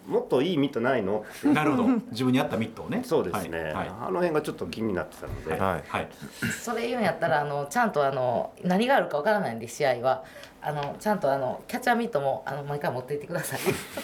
もっといいミットないのってなるほど、自分に合ったミットをね。 そうですね、 はいはいあの辺がちょっと気になってたので、 はいはいそれ言うんやったらあのちゃんとあの何があるかわからないんで試合はあのちゃんとあのキャッチャーミットもあの毎回持っていってください。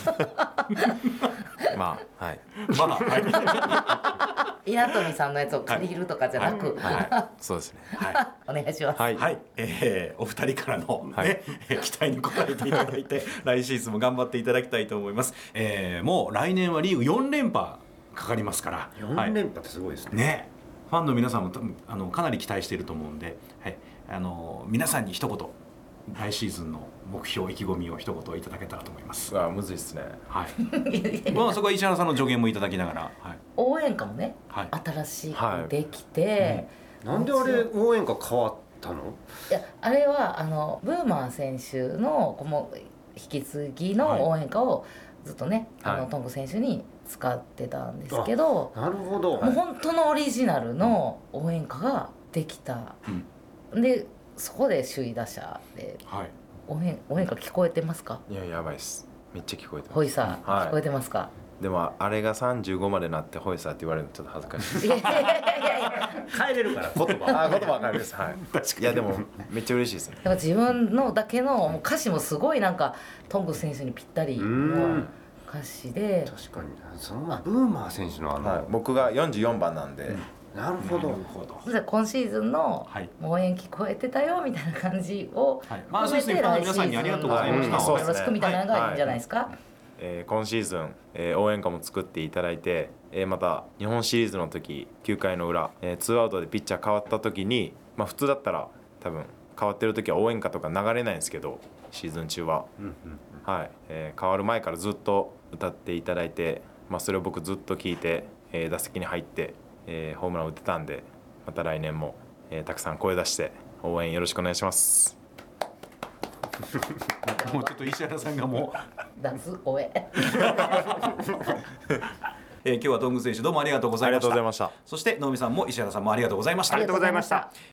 まあはいまあはい稲富さんのやつを借りるとかじゃなく、 はいはいはいそうですねお願いします。 はいはい、えーお二人からの、ねはい期待に応えていただいて来シーズンも頑張っていただきたいと思います、えーもう来年はリーグよん連覇かかりますからよん連覇ってすごいですね、 ね、ファンの皆さんも多分あのかなり期待していると思うんで、はい、あの皆さんに一言来シーズンの目標意気込みを一言いただけたらと思いますう。わむずいっすねはい。まあそこは石原さんの助言もいただきながら、はい。 応援歌もね、 はい新しくできて、 なんであれ応援歌変わったの？ いやあれはあのブーマー選手のこの引き継ぎの応援歌をずっとね、あのはいトング選手に使ってたんですけど、 なるほど、 もう本当のオリジナルの応援歌ができた、でそこで首位打者ではい。 応援応援歌聞こえてますか？ いややばいっすめっちゃ聞こえてますホイさん、 はい聞こえてますか？ でもあれがさんじゅうごまでなってホイサーって言われるのちょっと恥ずかしいいやいやいやいや変えれるから言葉あ言葉わかりますはいいやでもめっちゃ嬉しいですねだから自分のだけのもう歌詞もすごいなんかトング選手にぴったりうのん歌詞で、 確かにそのブーマー選手のあの、 はい僕がよんじゅうよんばんなんでなるほどなるほど。 じゃあ今シーズンのはい応援聞こえてたよみたいな感じをはいまあそうですねファンの皆さんにありがとうございました来シーズンもよろしくみたいなのがいいんじゃないですか？ えー今シーズン、えー応援歌も作っていただいて、えーまた日本シリーズの時きゅうかいの裏、えー、ツーアウトでピッチャー変わった時に、まあ、普通だったら多分変わってる時は応援歌とか流れないんですけどシーズン中は、 うんうんはいえー変わる前からずっと歌っていただいて、まあ、それを僕ずっと聞いて、えー打席に入って、えーホームランを打ってたんでまた来年も、えーたくさん声出して応援よろしくお願いします。 もうちょっと石原さんがもう、 出す応援えー今日はトング選手どうもありがとうござありがいました。 とうございました。 そして能見さんも石原さんもありがとうございました。 ありがとうございました。